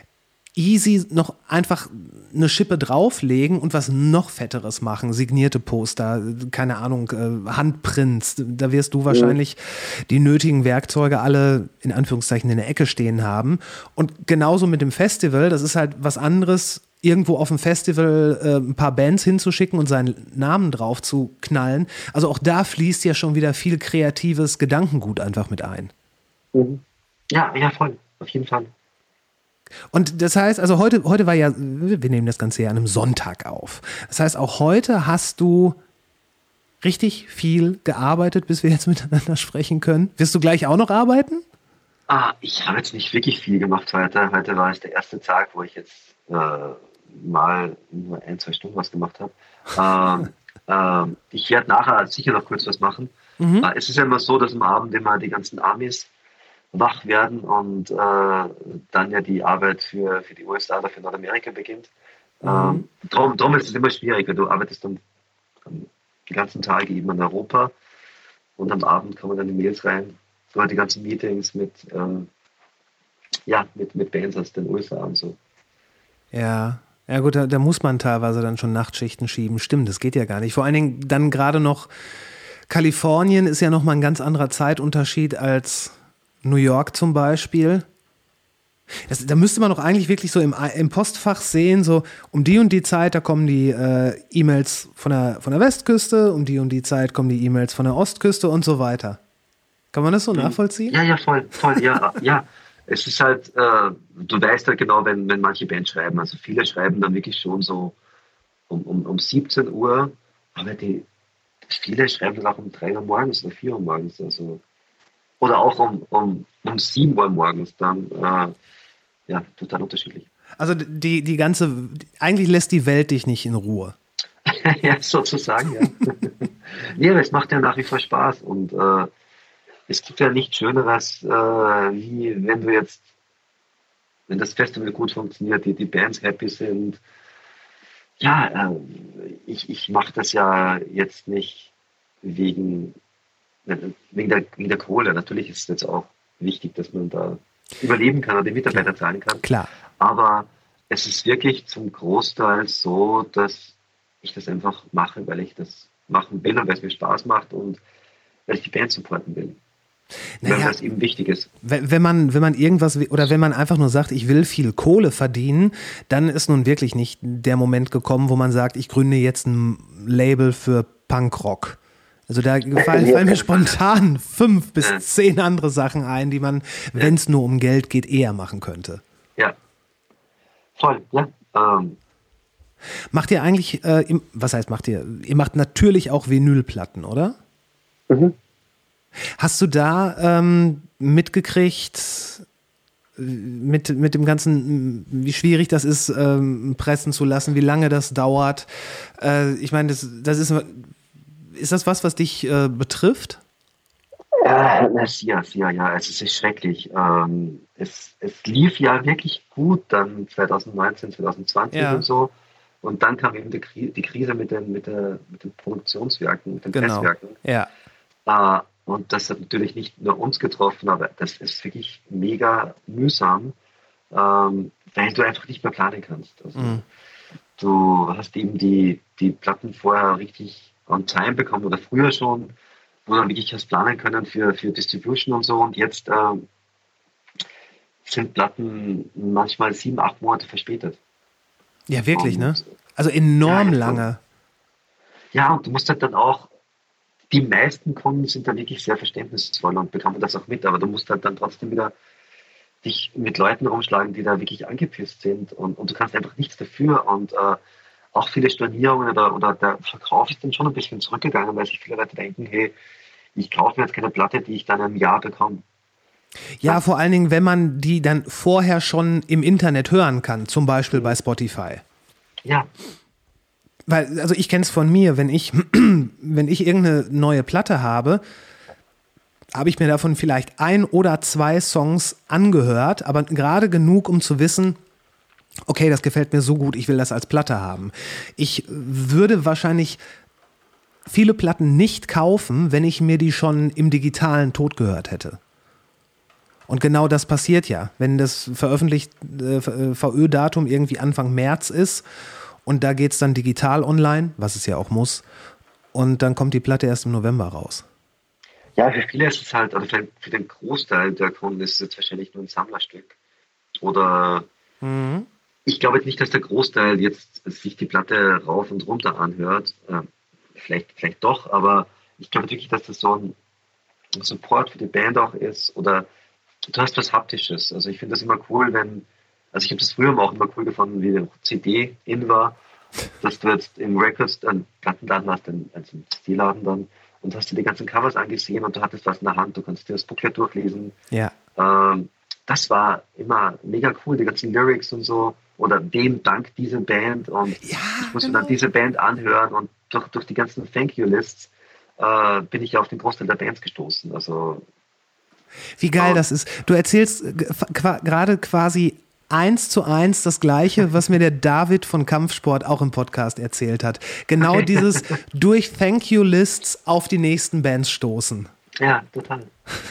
easy noch einfach eine Schippe drauflegen und was noch Fetteres machen. Signierte Poster, keine Ahnung, äh, Handprints. Da wirst du wahrscheinlich mhm. die nötigen Werkzeuge alle in Anführungszeichen in der Ecke stehen haben. Und genauso mit dem Festival, das ist halt was anderes, irgendwo auf dem Festival äh, ein paar Bands hinzuschicken und seinen Namen drauf zu knallen. Also auch da fließt ja schon wieder viel kreatives Gedankengut einfach mit ein. Mhm. Ja, ja, voll. Auf jeden Fall. Und das heißt, also heute, heute war ja, wir nehmen das Ganze ja an einem Sonntag auf. Das heißt, auch heute hast du richtig viel gearbeitet, bis wir jetzt miteinander sprechen können. Wirst du gleich auch noch arbeiten? Ah, ich habe jetzt nicht wirklich viel gemacht heute. Heute war es der erste Tag, wo ich jetzt äh, mal nur ein, zwei Stunden was gemacht habe. ähm, ähm, ich werde nachher sicher noch kurz was machen. Mhm. Äh, es ist ja immer so, dass am Abend immer die ganzen Amis wach werden und äh, dann ja die Arbeit für, für die U S A oder für Nordamerika beginnt. Mhm. Ähm, darum, darum ist es immer schwieriger. Du arbeitest dann, dann die ganzen Tage eben in Europa und am Abend kommen dann die Mails rein, so die ganzen Meetings mit, ähm, ja, mit, mit Bands aus den U S A und so. Ja, ja gut, da, da muss man teilweise dann schon Nachtschichten schieben. Stimmt, das geht ja gar nicht. Vor allen Dingen dann gerade noch Kalifornien ist ja nochmal ein ganz anderer Zeitunterschied als New York zum Beispiel. Das, da müsste man doch eigentlich wirklich so im, im Postfach sehen, so um die und die Zeit, da kommen die äh, E-Mails von der, von der Westküste, um die und die Zeit kommen die E-Mails von der Ostküste und so weiter. Kann man das so nachvollziehen? Ja, ja, voll, voll, ja, ja. Es ist halt, äh, du weißt halt genau, wenn, wenn manche Bands schreiben, also viele schreiben dann wirklich schon so um, um, um siebzehn Uhr, aber die, viele schreiben dann auch um drei Uhr morgens oder vier Uhr morgens, also oder auch um, um, um sieben Uhr morgens dann, äh, ja, total unterschiedlich. Also die, die ganze, eigentlich lässt die Welt dich nicht in Ruhe. Ja, sozusagen, ja. Nee, aber es macht ja nach wie vor Spaß und äh, es gibt ja nichts Schöneres, äh, wie wenn du jetzt, wenn das Festival gut funktioniert, die, die Bands happy sind. Ja, äh, ich, ich mache das ja jetzt nicht wegen Wegen der, wegen der Kohle. Natürlich ist es jetzt auch wichtig, dass man da überleben kann oder die Mitarbeiter Klar. zahlen kann. Klar. Aber es ist wirklich zum Großteil so, dass ich das einfach mache, weil ich das machen will und weil es mir Spaß macht und weil ich die Band supporten will. Naja, weil das eben wichtig ist. Wenn man, wenn man irgendwas, oder wenn man einfach nur sagt, ich will viel Kohle verdienen, dann ist nun wirklich nicht der Moment gekommen, wo man sagt, ich gründe jetzt ein Label für Punkrock. Also da fallen, fallen mir spontan fünf bis ja. zehn andere Sachen ein, die man, ja. wenn es nur um Geld geht, eher machen könnte. Ja, voll, ja. Ähm. Macht ihr eigentlich, äh, im, was heißt macht ihr? Ihr macht natürlich auch Vinylplatten, oder? Mhm. Hast du da ähm, mitgekriegt, mit, mit dem Ganzen, wie schwierig das ist, ähm, pressen zu lassen, wie lange das dauert? Äh, ich meine, das, das ist... Ist das was, was dich äh, betrifft? Ja, ja, ja, ja, es ist schrecklich. Ähm, es, es lief ja wirklich gut dann zwanzig neunzehn, zwanzig zwanzig ja. und so. Und dann kam eben die, Kri- die Krise mit den, mit, der, mit den Produktionswerken, mit den genau. Presswerken. Ja. Äh, und das hat natürlich nicht nur uns getroffen, aber das ist wirklich mega mühsam, ähm, weil du einfach nicht mehr planen kannst. Also, mhm. Du hast eben die, die Platten vorher richtig on time bekommen oder früher schon, wo dann wirklich hast planen können für, für Distribution und so und jetzt äh, sind Platten manchmal sieben, acht Monate verspätet. Ja, wirklich, und, ne? Also enorm ja, lange. Ja, und du musst halt dann auch, die meisten Kunden sind dann wirklich sehr verständnisvoll und bekommen das auch mit, aber du musst halt dann trotzdem wieder dich mit Leuten rumschlagen, die da wirklich angepisst sind und, und du kannst einfach nichts dafür und äh, auch viele Stornierungen oder, oder der Verkauf ist dann schon ein bisschen zurückgegangen, weil sich viele Leute denken, hey, ich kaufe mir jetzt keine Platte, die ich dann im Jahr bekomme. Ja, vor allen Dingen, wenn man die dann vorher schon im Internet hören kann, zum Beispiel bei Spotify. Ja. Weil, also ich kenne es von mir, wenn ich, wenn ich irgendeine neue Platte habe, habe ich mir davon vielleicht ein oder zwei Songs angehört, aber gerade genug, um zu wissen, okay, das gefällt mir so gut, ich will das als Platte haben. Ich würde wahrscheinlich viele Platten nicht kaufen, wenn ich mir die schon im digitalen Tot gehört hätte. Und genau das passiert ja, wenn das veröffentlichte äh, V Ö-Datum irgendwie Anfang März ist und da geht es dann digital online, was es ja auch muss, und dann kommt die Platte erst im November raus. Ja, für viele ist es halt, also für, für den Großteil der Kunden ist es jetzt wahrscheinlich nur ein Sammlerstück. Oder mhm. ich glaube jetzt nicht, dass der Großteil jetzt sich die Platte rauf und runter anhört. Äh, vielleicht, vielleicht doch, aber ich glaube wirklich, dass das so ein Support für die Band auch ist. Oder du hast was Haptisches. Also ich finde das immer cool, wenn, also ich habe das früher auch immer cool gefunden, wie der C D in war, dass du jetzt im Records dann Plattenladen hast, also im C D-Laden dann, und hast dir die ganzen Covers angesehen und du hattest was in der Hand, du konntest dir das Booklet durchlesen. Ja. Ähm, das war immer mega cool, die ganzen Lyrics und so, oder dem Dank dieser Band, und ja, ich musste genau. dann diese Band anhören und durch, durch die ganzen Thank-You-Lists äh, bin ich auf den Großteil der Bands gestoßen. Also wie geil ja. das ist. Du erzählst gerade quasi eins zu eins das Gleiche, was mir der David von Kampfsport auch im Podcast erzählt hat. Genau okay. dieses durch Thank-You-Lists auf die nächsten Bands stoßen. Ja, total.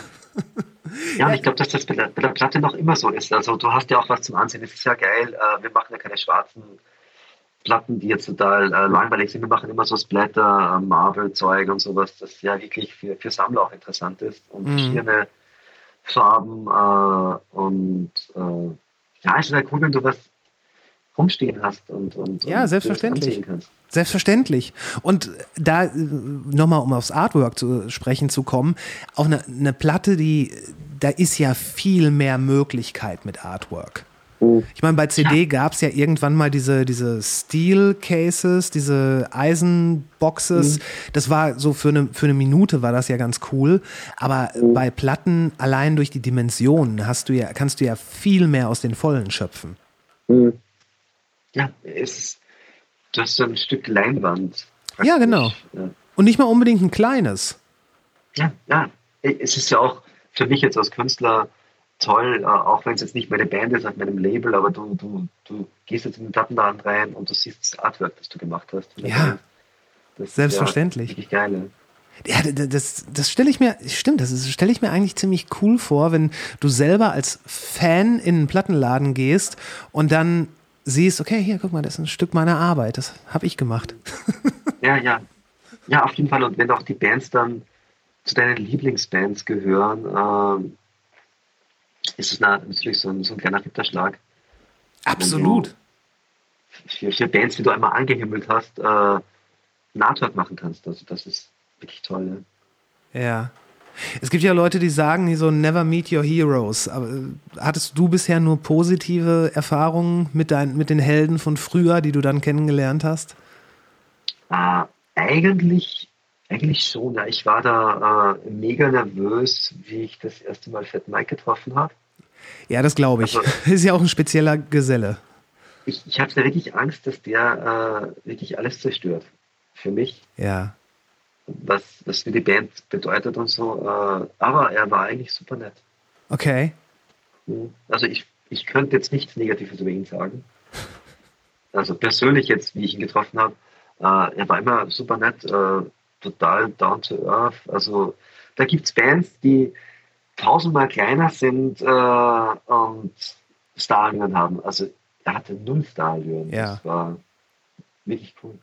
Ja, und ich glaube, dass das bei der, bei der Platte noch immer so ist. Also du hast ja auch was zum Ansehen. Es ist ja geil, äh, wir machen ja keine schwarzen Platten, die jetzt total äh, langweilig sind. Wir machen immer so Splatter, äh, Marvel-Zeug und sowas, das ja wirklich für, für Sammler auch interessant ist. Und mhm. verschiedene Farben äh, und äh, ja, es ist halt cool, wenn du was rumstehen hast und, und, ja, und selbstverständlich. Kannst. Selbstverständlich. Und da nochmal, um aufs Artwork zu sprechen zu kommen, auch eine, eine Platte, die, da ist ja viel mehr Möglichkeit mit Artwork. Ich meine, bei C D ja. gab es ja irgendwann mal diese, diese Steel Cases, diese Eisenboxes. Mhm. Das war so für eine, für eine Minute war das ja ganz cool. Aber mhm. bei Platten allein durch die Dimensionen hast du ja, kannst du ja viel mehr aus den Vollen schöpfen. Mhm. Ja, es ist, du hast so ein Stück Leinwand. Ja, genau. Ja. Und nicht mal unbedingt ein kleines. Ja, ja. Es ist ja auch für mich jetzt als Künstler toll, äh, auch wenn es jetzt nicht meine Band ist auf meinem Label, aber du, du, du gehst jetzt in den Plattenladen rein und du siehst das Artwork, das du gemacht hast. Ja, das selbstverständlich. Ist ja wirklich geil. Ja, das, das stelle ich mir, stimmt, das stelle ich mir eigentlich ziemlich cool vor, wenn du selber als Fan in einen Plattenladen gehst und dann siehst, okay, hier, guck mal, das ist ein Stück meiner Arbeit, das habe ich gemacht. Ja, ja. Ja, auf jeden Fall. Und wenn auch die Bands dann zu deinen Lieblingsbands gehören, ähm, ist es natürlich so ein, so ein kleiner Ritterschlag. Absolut. Für, für Bands, die du einmal angehimmelt hast, äh, ein Artwork machen kannst. Also das ist wirklich toll. Ja. ja. Es gibt ja Leute, die sagen, so never meet your heroes. Aber hattest du bisher nur positive Erfahrungen mit, dein, mit den Helden von früher, die du dann kennengelernt hast? Äh, eigentlich, eigentlich schon. Ja. Ich war da äh, mega nervös, wie ich das erste Mal Fat Mike getroffen habe. Ja, das glaube ich. Also, ist ja auch ein spezieller Geselle. Ich, ich hatte wirklich Angst, dass der äh, wirklich alles zerstört. Für mich. Ja. Was, was für die Band bedeutet und so. Äh, aber er war eigentlich super nett. Okay. Also ich, ich könnte jetzt nichts Negatives über ihn sagen. Also persönlich jetzt, wie ich ihn getroffen habe. Äh, er war immer super nett, äh, total down to earth. Also da gibt es Bands, die tausendmal kleiner sind äh, und Starallüren haben. Also er hatte null Starallüren. Ja. Das war wirklich cool.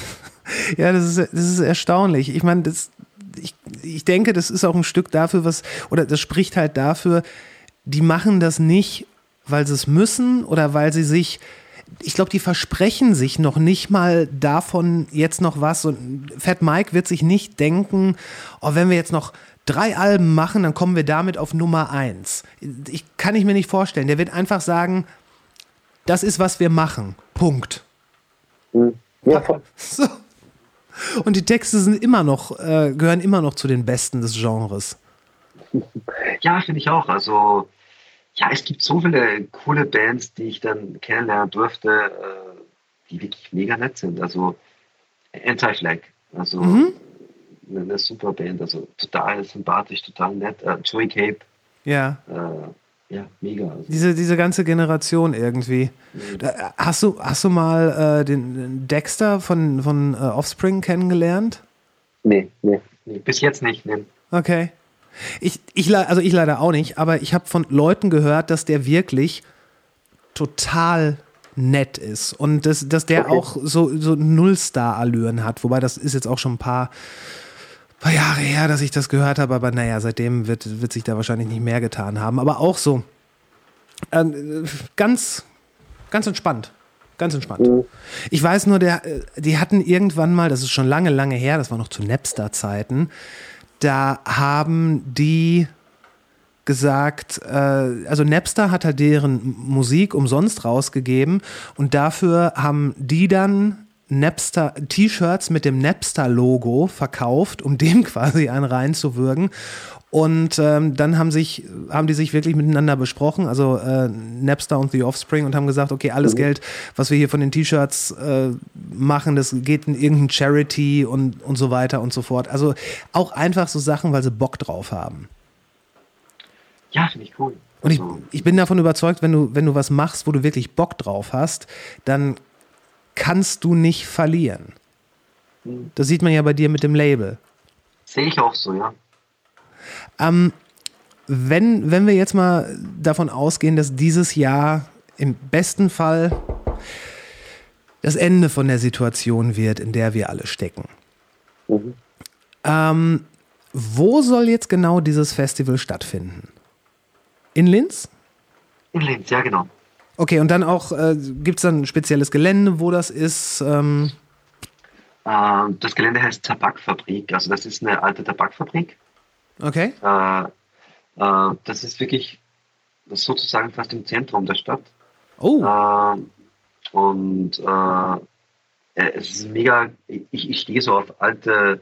Ja, das ist, das ist erstaunlich. Ich meine, das, ich, ich denke, das ist auch ein Stück dafür, was, oder das spricht halt dafür, die machen das nicht, weil sie es müssen oder weil sie sich, ich glaube, die versprechen sich noch nicht mal davon jetzt noch was. Und Fat Mike wird sich nicht denken, oh, wenn wir jetzt noch drei Alben machen, dann kommen wir damit auf Nummer eins. Ich kann ich mir nicht vorstellen. Der wird einfach sagen, das ist, was wir machen. Punkt. Ja, voll. So. Und die Texte sind immer noch, äh, gehören immer noch zu den besten des Genres. Ja, finde ich auch. Also, ja, es gibt so viele coole Bands, die ich dann kennenlernen durfte, äh, die wirklich mega nett sind. Also, Anti-Flag, also Mhm. eine, eine super Band, also total sympathisch, total nett. Äh, Joey Cape, Ja. äh, ja, mega. Also, Diese, diese ganze Generation irgendwie. Da, hast, du, hast du mal äh, den, den Dexter von, von äh, Offspring kennengelernt? Nee, nee. nee, bis jetzt nicht, ne. Okay. Ich, ich, le- also ich leider auch nicht, aber ich habe von Leuten gehört, dass der wirklich total nett ist und dass, dass der Okay. auch so, so Nullstar-Allüren hat. Wobei das ist jetzt auch schon ein paar, paar Jahre her, dass ich das gehört habe, aber naja, seitdem wird, wird sich da wahrscheinlich nicht mehr getan haben. Aber auch so äh, ganz, ganz entspannt. Ganz entspannt. Ich weiß nur, der, äh, die hatten irgendwann mal, das ist schon lange, lange her, das war noch zu Napster-Zeiten, da haben die gesagt, äh, also Napster hat halt deren Musik umsonst rausgegeben und dafür haben die dann Napster T-Shirts mit dem Napster-Logo verkauft, um dem quasi einen reinzuwürgen. Und ähm, dann haben sich, haben die sich wirklich miteinander besprochen, also äh, Napster und The Offspring, und haben gesagt, okay, alles Geld, was wir hier von den T-Shirts äh, machen, das geht in irgendein Charity und, und so weiter und so fort. Also auch einfach so Sachen, weil sie Bock drauf haben. Ja, finde ich cool. Und ich, Also, ich bin davon überzeugt, wenn du, wenn du was machst, wo du wirklich Bock drauf hast, dann kannst du nicht verlieren. Das sieht man ja bei dir mit dem Label. sehe ich auch so, ja. Ähm, wenn, wenn wir jetzt mal davon ausgehen, dass dieses Jahr im besten Fall das Ende von der Situation wird, in der wir alle stecken. Mhm. Ähm, wo soll jetzt genau dieses Festival stattfinden? In Linz? In Linz, ja, genau. Okay, und dann auch, äh, gibt es dann ein spezielles Gelände, wo das ist? Ähm, Äh, das Gelände heißt Tabakfabrik, also das ist eine alte Tabakfabrik. okay. Äh, äh, das ist wirklich sozusagen fast im Zentrum der Stadt. Oh, Äh, und äh, es ist mega, ich, ich stehe so auf alte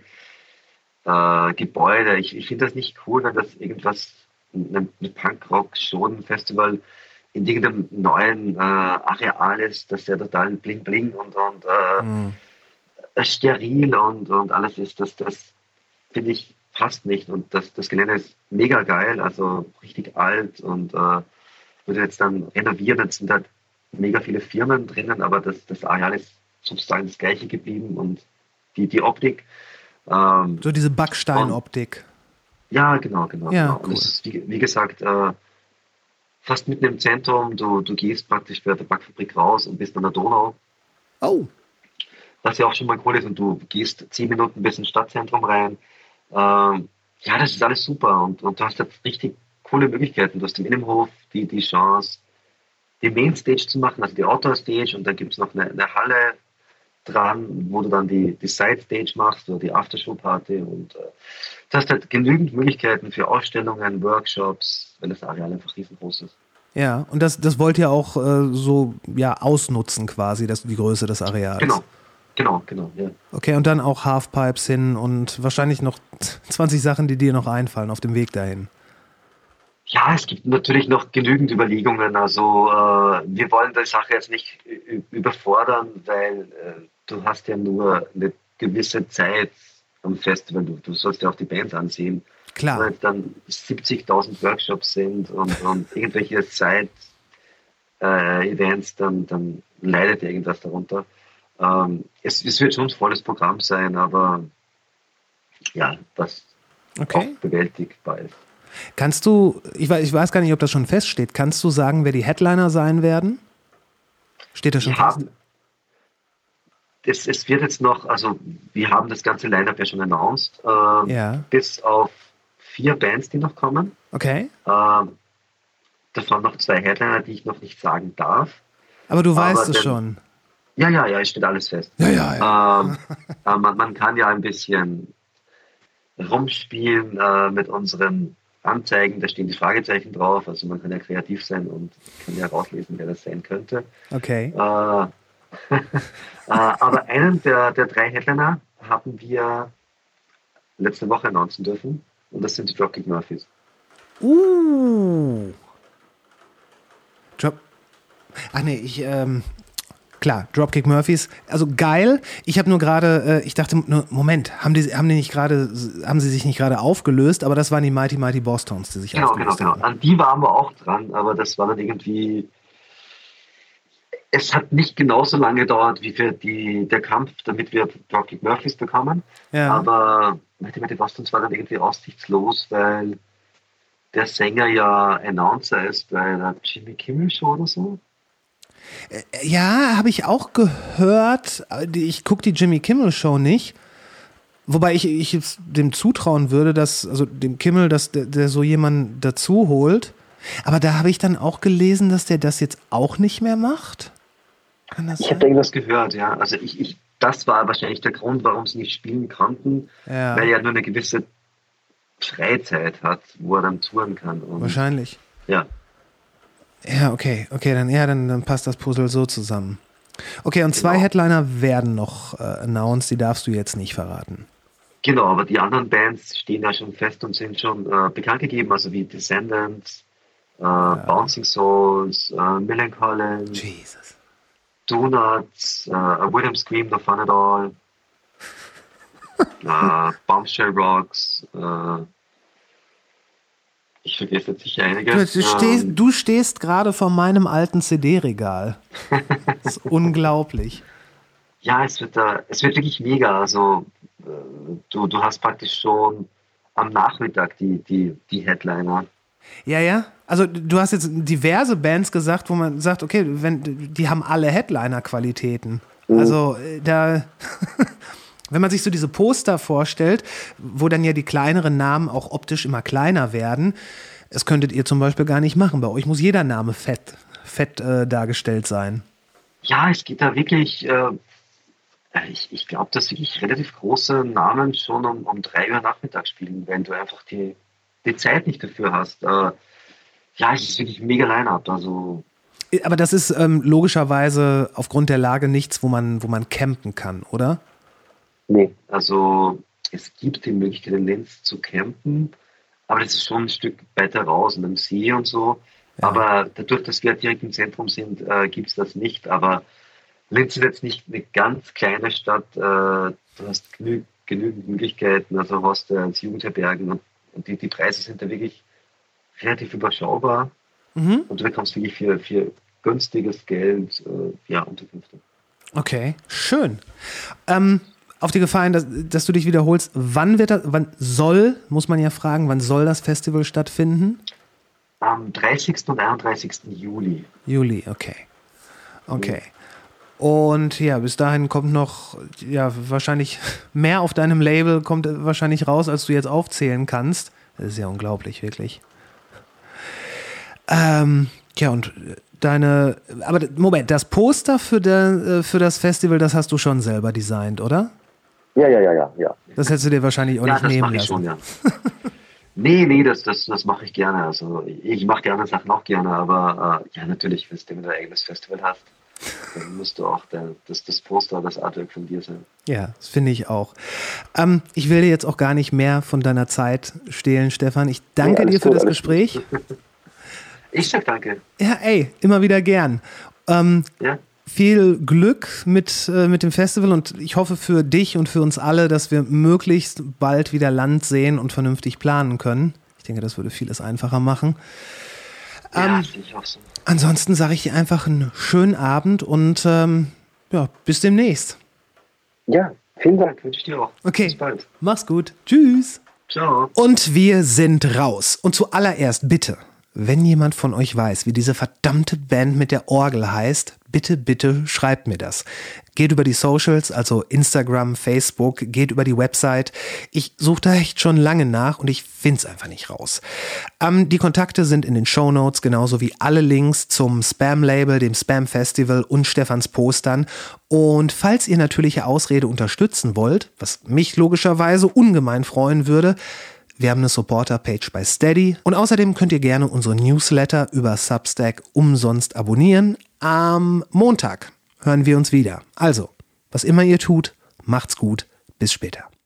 äh, Gebäude. Ich, ich finde das nicht cool, wenn das irgendwas, ein, ein Punkrock-Show-Festival in irgendeinem neuen äh, Areal ist, das ja total bling bling und, und äh, Hm. steril und, und alles ist. Das, das finde ich passt nicht. Und das, das Gelände ist mega geil, also richtig alt und äh, würde jetzt dann renovieren. Jetzt sind halt mega viele Firmen drinnen, aber das, das Areal ist sozusagen das gleiche geblieben und die, die Optik. Ähm, so diese Backsteinoptik. ja, genau, genau. Ja, genau. Und cool. es ist, wie, wie gesagt, äh, fast mitten im Zentrum. Du, du gehst praktisch bei der Backfabrik raus und bist an der Donau, Oh, was ja auch schon mal cool ist. Und du gehst zehn Minuten bis ins Stadtzentrum rein. Ähm, ja, das ist alles super. Und, und du hast jetzt richtig coole Möglichkeiten. Du hast im Innenhof die, die Chance, die Mainstage zu machen, also die Outdoor-Stage. Und dann gibt es noch eine, eine Halle dran, wo du dann die, die Side-Stage machst oder die Aftershow-Party. Und äh, du hast halt genügend Möglichkeiten für Ausstellungen, Workshops, weil das Areal einfach riesengroß ist. ja. Und das, das wollt ihr auch äh, so ja, ausnutzen quasi, das, die Größe des Areals. Genau, genau, genau. Ja. Okay, und dann auch Halfpipes hin und wahrscheinlich noch zwanzig Sachen, die dir noch einfallen auf dem Weg dahin. Ja, es gibt natürlich noch genügend Überlegungen. Also äh, wir wollen die Sache jetzt nicht ü- überfordern, weil äh, du hast ja nur eine gewisse Zeit am Festival. Du, du sollst ja auch die Bands ansehen. Klar. Wenn jetzt dann siebzigtausend Workshops sind und, und irgendwelche Side-Events, dann, dann leidet irgendwas darunter. Ähm, es, es wird schon ein volles Programm sein, aber ja, das Okay. auch bewältigbar ist. Kannst du, ich weiß, ich weiß gar nicht, ob das schon feststeht, kannst du sagen, wer die Headliner sein werden? Steht das schon Wir fest? haben, es, es wird jetzt noch, also wir haben das ganze Line-Up ja schon announced, ähm, Ja. bis auf vier Bands, die noch kommen. Okay. Ähm, davon noch zwei Headliner, die ich noch nicht sagen darf. Aber du Aber weißt es dann- schon. Ja, ja, ja, es steht alles fest. Ja, ja, ja. Ähm, äh, man, man kann ja ein bisschen rumspielen äh, mit unseren Anzeigen. Da stehen die Fragezeichen drauf. Also man kann ja kreativ sein und kann ja rauslesen, wer das sein könnte. Okay. Äh, äh, aber einen der, der drei Headliner haben wir letzte Woche announcen dürfen. Und das sind die Dropkick Murphys. Uh. Drop. Ach nee, ich, ähm, klar, Dropkick Murphys. Also geil. Ich habe nur gerade, äh, ich dachte, nur, Moment, haben die, haben die nicht gerade, haben sie sich nicht gerade aufgelöst? Aber das waren die Mighty Mighty Bosstones, die sich Genau, genau, aufgelöst genau. haben. An die waren wir auch dran, aber das war dann irgendwie. Es hat nicht genauso lange gedauert wie für die, der Kampf, damit wir Dropkick Murphys bekamen. Ja. Aber Mighty Mighty Bosstones war dann irgendwie aussichtslos, weil der Sänger ja Announcer ist bei der Jimmy Kimmel Show oder so. Ja, habe ich auch gehört. Ich gucke die Jimmy Kimmel Show nicht. Wobei ich, ich dem zutrauen würde, dass, also dem Kimmel, dass der, der so jemanden dazu holt. Aber da habe ich dann auch gelesen, dass der das jetzt auch nicht mehr macht. Kann das Ich sein? habe da irgendwas gehört, ja. Also ich, ich, das war wahrscheinlich der Grund, warum sie nicht spielen konnten, Ja. weil er nur eine gewisse Freizeit hat, wo er dann touren kann. Und Wahrscheinlich. ja. Ja, okay, okay, dann, ja, dann, dann passt das Puzzle so zusammen. Okay, und zwei Genau. Headliner werden noch äh, announced, die darfst du jetzt nicht verraten. Genau, aber die anderen Bands stehen ja schon fest und sind schon äh, bekannt gegeben, also wie Descendants, äh, Bouncing Souls, äh, Millencolin, Jesus. Donuts, äh, A William Scream, The Fun It All, äh, Bombshell Rocks, äh, ich vergesse jetzt sicher einige. Du, du stehst, Ähm, du stehst gerade vor meinem alten C D-Regal. Das ist unglaublich. Ja, es wird, äh, es wird wirklich mega. Also äh, du, du hast praktisch schon am Nachmittag die, die, die Headliner. Ja, ja. Also du hast jetzt diverse Bands gesagt, wo man sagt, okay, wenn, die haben alle Headliner-Qualitäten. Also äh, da, wenn man sich so diese Poster vorstellt, wo dann ja die kleineren Namen auch optisch immer kleiner werden, das könntet ihr zum Beispiel gar nicht machen. Bei euch muss jeder Name fett, fett äh, dargestellt sein. Ja, es geht da wirklich, äh, ich, ich glaube, dass wirklich relativ große Namen schon um, um drei Uhr Nachmittag spielen, wenn du einfach die, die Zeit nicht dafür hast. Äh, ja, es ist wirklich ein mega Line-Up. Also Aber das ist ähm, logischerweise aufgrund der Lage nichts, wo man, wo man campen kann, oder? Nee. Also es gibt die Möglichkeit in Linz zu campen, aber das ist schon ein Stück weiter raus und am See und so. Ja. Aber dadurch, dass wir direkt im Zentrum sind, äh, gibt es das nicht. Aber Linz ist jetzt nicht eine ganz kleine Stadt. Äh, du hast genü genügend Möglichkeiten, also hast du als Jugendherbergen und, und die, die Preise sind da wirklich relativ überschaubar. Mhm. Und du bekommst wirklich für, für günstiges Geld äh, ja, Unterkünfte. Okay, schön. Ähm, auf die Gefahr hin, dass, dass du dich wiederholst, wann wird das, wann soll, muss man ja fragen, wann soll das Festival stattfinden? Am dreißigsten und einunddreißigsten Juli. Juli, okay. Okay. Und ja, bis dahin kommt noch, ja, wahrscheinlich mehr auf deinem Label kommt wahrscheinlich raus, als du jetzt aufzählen kannst. Das ist ja unglaublich, wirklich. Ähm, ja, und deine, aber Moment, das Poster für, der, für das Festival, das hast du schon selber designt, oder? Ja, ja, ja, ja, ja. Das hättest du dir wahrscheinlich auch Ja, nicht das nehmen mache ich lassen. schon, ja. nee, nee, das, das, das mache ich gerne. Also ich mache gerne Sachen auch gerne, aber äh, ja, natürlich, wenn du ein eigenes Festival hast, dann musst du auch der, das, das Poster, das Artwork von dir sein. Ja, das finde ich auch. Ähm, ich will dir jetzt auch gar nicht mehr von deiner Zeit stehlen, Stefan. Ich danke Nee, alles dir für gut, das alles Gespräch. Ich sag danke. Ja, ey, immer wieder gern. Ähm, Ja, viel Glück mit, äh, mit dem Festival und ich hoffe für dich und für uns alle, dass wir möglichst bald wieder Land sehen und vernünftig planen können. Ich denke, das würde vieles einfacher machen. ja Ähm, sehe ich auch so. Ansonsten sage ich dir einfach einen schönen Abend und ähm, ja, bis demnächst. Ja, vielen Dank. Wünsche ich dir auch. Okay, Bis bald. mach's gut. Tschüss. Ciao. Und wir sind raus. Und zuallererst bitte, Wenn jemand von euch weiß, wie diese verdammte Band mit der Orgel heißt, bitte, bitte schreibt mir das. Geht über die Socials, also Instagram, Facebook, geht über die Website. Ich suche da echt schon lange nach und ich finde es einfach nicht raus. Ähm, die Kontakte sind in den Shownotes, genauso wie alle Links zum Spam-Label, dem Spam-Festival und Stefans Postern. Und falls ihr Natürliche Ausrede unterstützen wollt, was mich logischerweise ungemein freuen würde, wir haben eine Supporter-Page bei Steady und außerdem könnt ihr gerne unsere Newsletter über Substack umsonst abonnieren. Am Montag hören wir uns wieder. Also, was immer ihr tut, macht's gut. Bis später.